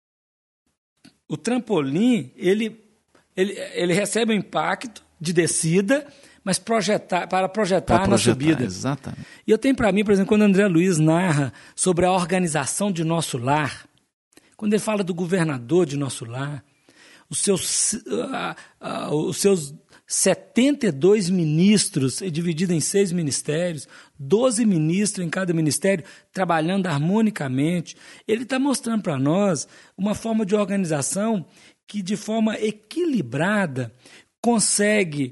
O trampolim, ele, ele, ele recebe o impacto de descida, mas projetar, para projetar, Pra na projetar, subida. exatamente. E eu tenho para mim, por exemplo, quando André Luiz narra sobre a organização de nosso lar, quando ele fala do governador de nosso lar, os seus, ah, ah, os seus setenta e dois ministros, dividido em seis ministérios, doze ministros em cada ministério, trabalhando harmonicamente. Ele está mostrando para nós uma forma de organização que, de forma equilibrada, consegue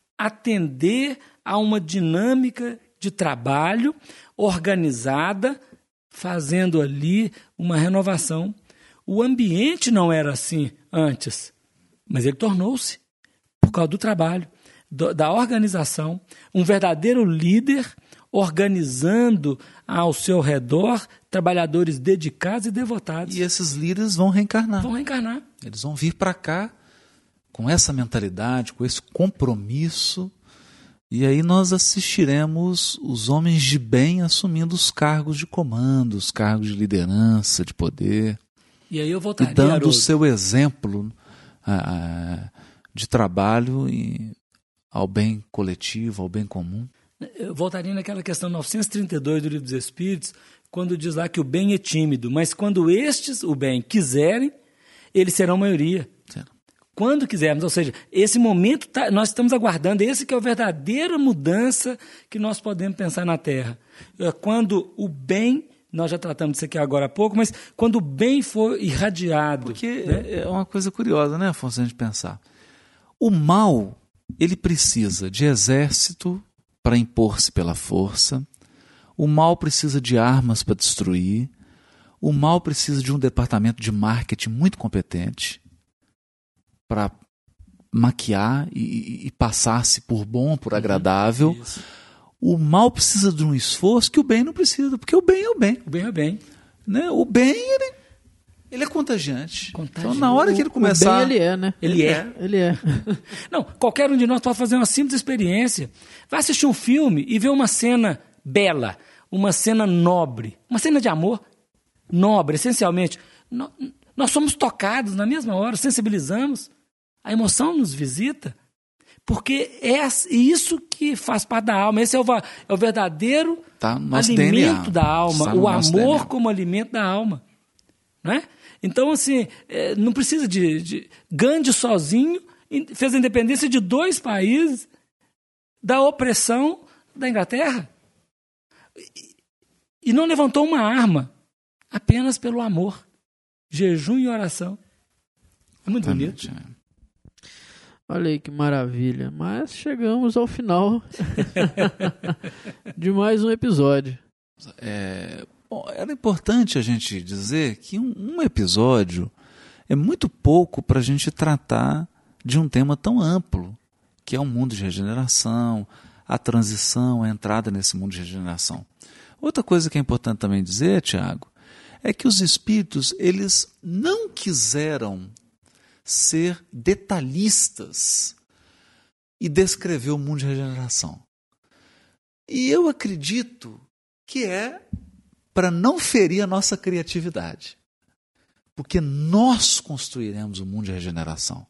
atender a uma dinâmica de trabalho organizada, fazendo ali uma renovação. O ambiente não era assim antes, mas ele tornou-se por causa do trabalho, do, da organização, um verdadeiro líder organizando ao seu redor trabalhadores dedicados e devotados. E esses líderes vão reencarnar. Vão reencarnar. Eles vão vir para cá com essa mentalidade, com esse compromisso, e aí nós assistiremos os homens de bem assumindo os cargos de comando, os cargos de liderança, de poder, E aí eu e voltaria, dando o Haroldo. seu exemplo ah, ah, de trabalho e- ao bem coletivo, ao bem comum. Eu voltaria naquela questão novecentos e trinta e dois do Livro dos Espíritos, quando diz lá que o bem é tímido, mas quando estes, o bem, quiserem, eles serão maioria. Certo? Quando quisermos, ou seja, esse momento tá- nós estamos aguardando, esse que é a verdadeira mudança que nós podemos pensar na Terra. É quando o bem, nós já tratamos disso aqui agora há pouco, mas quando o bem for irradiado. Porque né? é uma coisa curiosa, né, Afonso, a gente pensar. O mal, ele precisa de exército para impor-se pela força, o mal precisa de armas para destruir, o mal precisa de um departamento de marketing muito competente para maquiar e, e- e passar-se por bom, por agradável. Isso. O mal precisa de um esforço que o bem não precisa, porque o bem é o bem. O bem é bem. Né? O bem, ele, ele é contagiante. Contagiante. Então, na hora que ele O começar... bem ele é, né? Ele é. Ele é. Não, qualquer um de nós pode fazer uma simples experiência. Vai assistir um filme e ver uma cena bela, uma cena nobre, uma cena de amor nobre, essencialmente. No- Nós somos tocados na mesma hora, sensibilizamos, a emoção nos visita, porque é isso que faz parte da alma. Esse é o, va- é o verdadeiro Tá no nosso alimento D N A. da alma, Está no o nosso D N amor A. como alimento da alma. Não é? Então, assim, é, não precisa de, de... Gandhi sozinho in- fez a independência de dois países da opressão da Inglaterra. E, e não levantou uma arma, apenas pelo amor. Jejum e oração. É muito bonito. Exatamente, é. Olha aí que maravilha. Mas chegamos ao final de mais um episódio. É, Bom, era importante a gente dizer que um, um episódio é muito pouco para a gente tratar de um tema tão amplo, que é o mundo de regeneração, a transição, a entrada nesse mundo de regeneração. Outra coisa que é importante também dizer, Tiago, é que os espíritos, eles não quiseram ser detalhistas e descrever o mundo de regeneração. E eu acredito que é para não ferir a nossa criatividade. Porque nós construiremos o mundo de regeneração.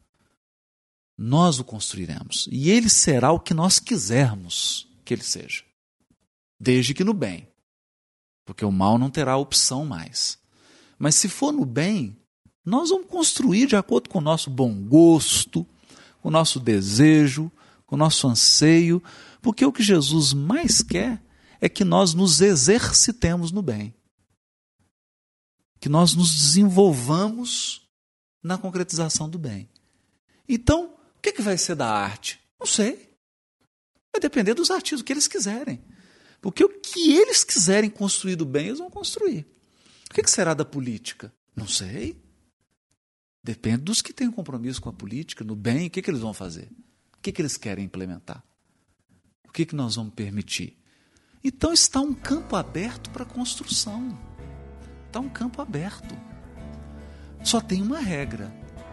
Nós o construiremos. E ele será o que nós quisermos que ele seja. Desde que no bem. Porque o mal não terá opção mais. Mas se for no bem, nós vamos construir de acordo com o nosso bom gosto, com o nosso desejo, com o nosso anseio, porque o que Jesus mais quer é que nós nos exercitemos no bem. Que nós nos desenvolvamos na concretização do bem. Então, o que, que vai ser da arte? Não sei. Vai depender dos artistas, o que eles quiserem. Porque o que eles quiserem construir do bem, eles vão construir. O que, que será da política? Não sei. Depende dos que têm compromisso com a política, no bem, o que, que eles vão fazer? O que, que eles querem implementar? O que, que nós vamos permitir? Então está um campo aberto para a construção. Está um campo aberto. Só tem uma regra.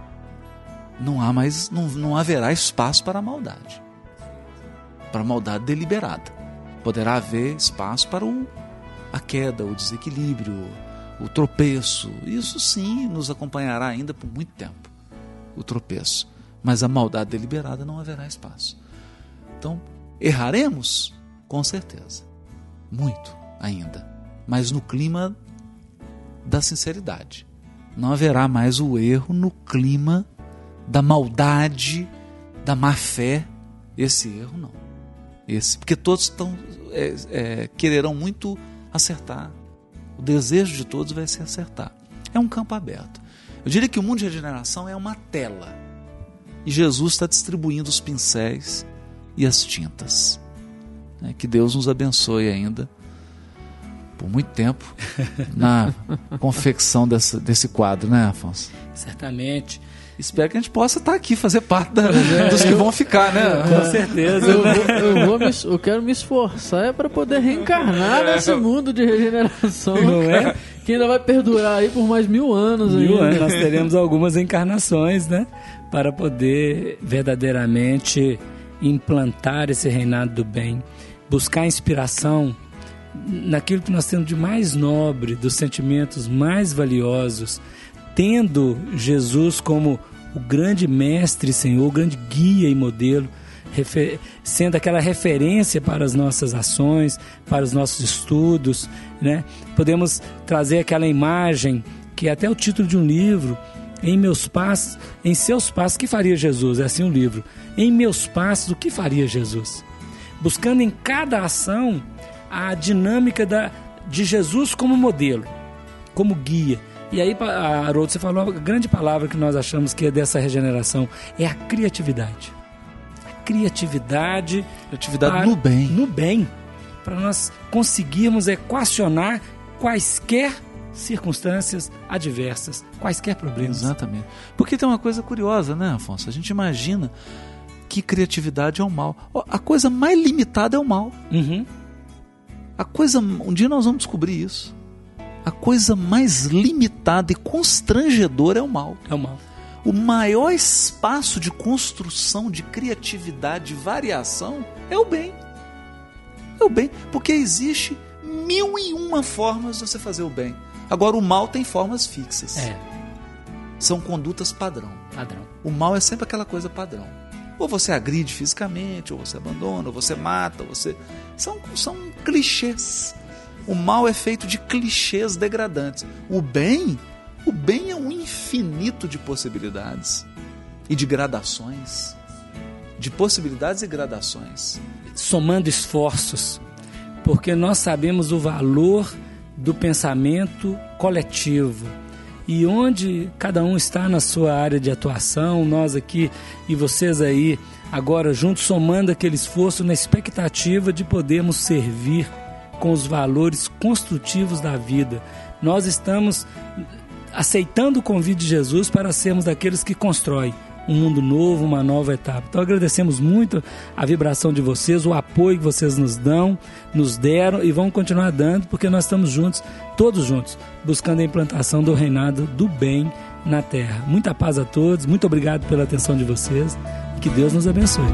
Não há mais, não, não haverá espaço para a maldade. Para a maldade deliberada. Poderá haver espaço para o, a queda, o desequilíbrio, o tropeço. Isso sim nos acompanhará ainda por muito tempo. O tropeço. Mas a maldade deliberada não haverá espaço. Então, erraremos? Com certeza. Muito ainda. Mas no clima da sinceridade. Não haverá mais o erro no clima da maldade, da má fé. Esse erro não. Esse, porque todos estão, é, é, quererão muito acertar. O desejo de todos vai ser acertar. É um campo aberto. Eu diria que o mundo de regeneração é uma tela. E Jesus está distribuindo os pincéis e as tintas. É, que Deus nos abençoe ainda por muito tempo na confecção dessa, desse quadro, né, Afonso? Certamente. Espero que a gente possa estar aqui, fazer parte da, dos que vão ficar, né? Com certeza. Eu, vou, eu, vou me, eu quero me esforçar é para poder reencarnar nesse mundo de regeneração. Não é? Que ainda vai perdurar aí por mais mil anos. Mil ainda. anos. Nós teremos algumas encarnações, né? Para poder verdadeiramente implantar esse reinado do bem. Buscar inspiração naquilo que nós temos de mais nobre, dos sentimentos mais valiosos, tendo Jesus como o grande mestre, Senhor, o grande guia e modelo, refer- sendo aquela referência para as nossas ações, para os nossos estudos, né? Podemos trazer aquela imagem, que é até o título de um livro, em meus passos, em seus passos, o que faria Jesus? É assim o livro. Em meus passos, o que faria Jesus? Buscando em cada ação a dinâmica da, de Jesus como modelo, como guia. E aí, Haroldo, você falou a grande palavra que nós achamos que é dessa regeneração, é a criatividade. A criatividade... Criatividade para, no bem. No bem. Para nós conseguirmos equacionar quaisquer circunstâncias adversas, quaisquer problemas. Exatamente. Porque tem uma coisa curiosa, né, Afonso? A gente imagina que criatividade é o mal. A coisa mais limitada é o mal. Uhum. A coisa... Um dia nós vamos descobrir isso. A coisa mais limitada e constrangedora é o mal. É o mal. O maior espaço de construção, de criatividade, de variação é o bem. É o bem, porque existe mil e uma formas de você fazer o bem. Agora, o mal tem formas fixas. É. São condutas padrão. Padrão. O mal é sempre aquela coisa padrão. Ou você agride fisicamente, ou você abandona, ou você mata, ou você... São, são clichês. O mal é feito de clichês degradantes. O bem, o bem é um infinito de possibilidades e de gradações. De possibilidades e gradações. Somando esforços, porque nós sabemos o valor do pensamento coletivo. E onde cada um está na sua área de atuação, nós aqui e vocês aí, agora juntos, somando aquele esforço na expectativa de podermos servir com os valores construtivos da vida. Nós estamos aceitando o convite de Jesus para sermos daqueles que constroem um mundo novo, uma nova etapa. Então agradecemos muito a vibração de vocês, o apoio que vocês nos dão, nos deram e vão continuar dando, porque nós estamos juntos, todos juntos, buscando a implantação do reinado do bem na terra. Muita paz a todos, muito obrigado pela atenção de vocês e que Deus nos abençoe.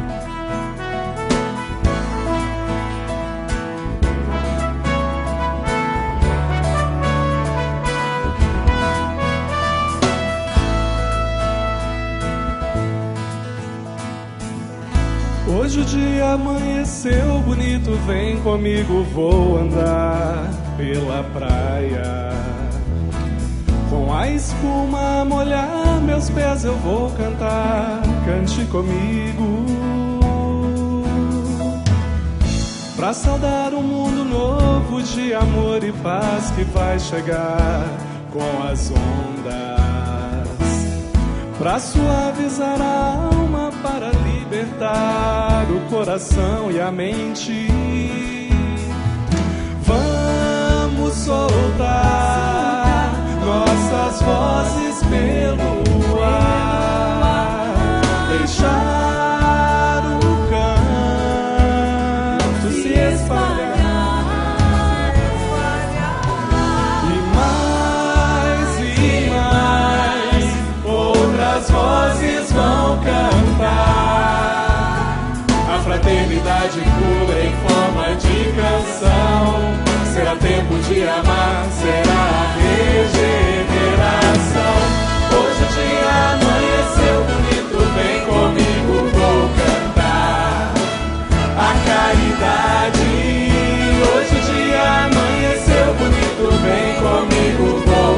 Hoje o dia amanheceu bonito, vem comigo, vou andar pela praia. Com a espuma a molhar meus pés eu vou cantar, cante comigo. Pra saudar um mundo novo de amor e paz que vai chegar com as ondas. Pra suavizar a alma, para libertar o coração e a mente. Vamos soltar nossas vozes pelo ar, deixar o canto se espalhar, e mais e mais outras vozes vão cantar. A fraternidade pura em forma de canção. Será tempo de amar, será a regeneração. Hoje o dia amanheceu bonito, vem comigo, vou cantar a caridade. Hoje o dia amanheceu bonito, vem comigo, vou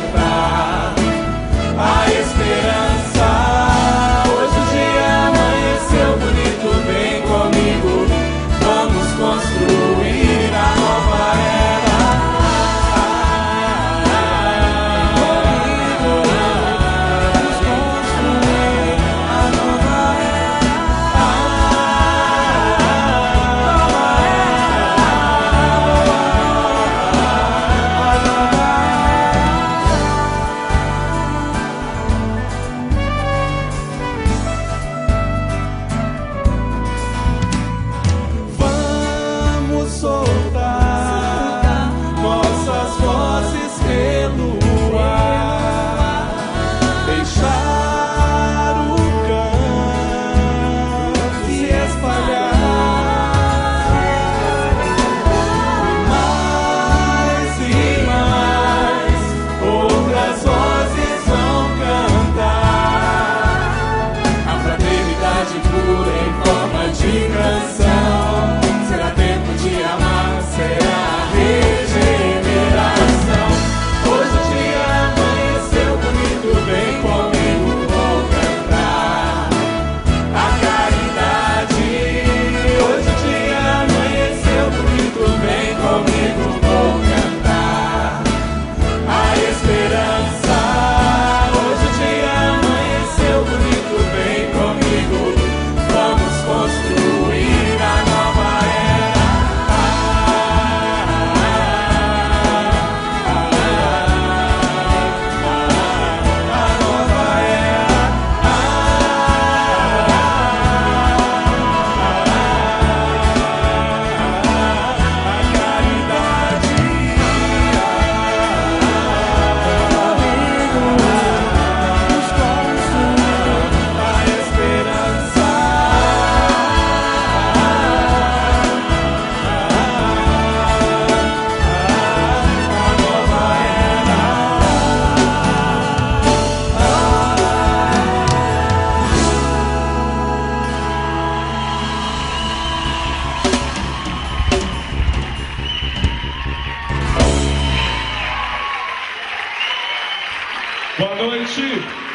cantar a esperança. Hoje o dia amanheceu bonito, vem comigo, vamos construir a nova era. Boa noite.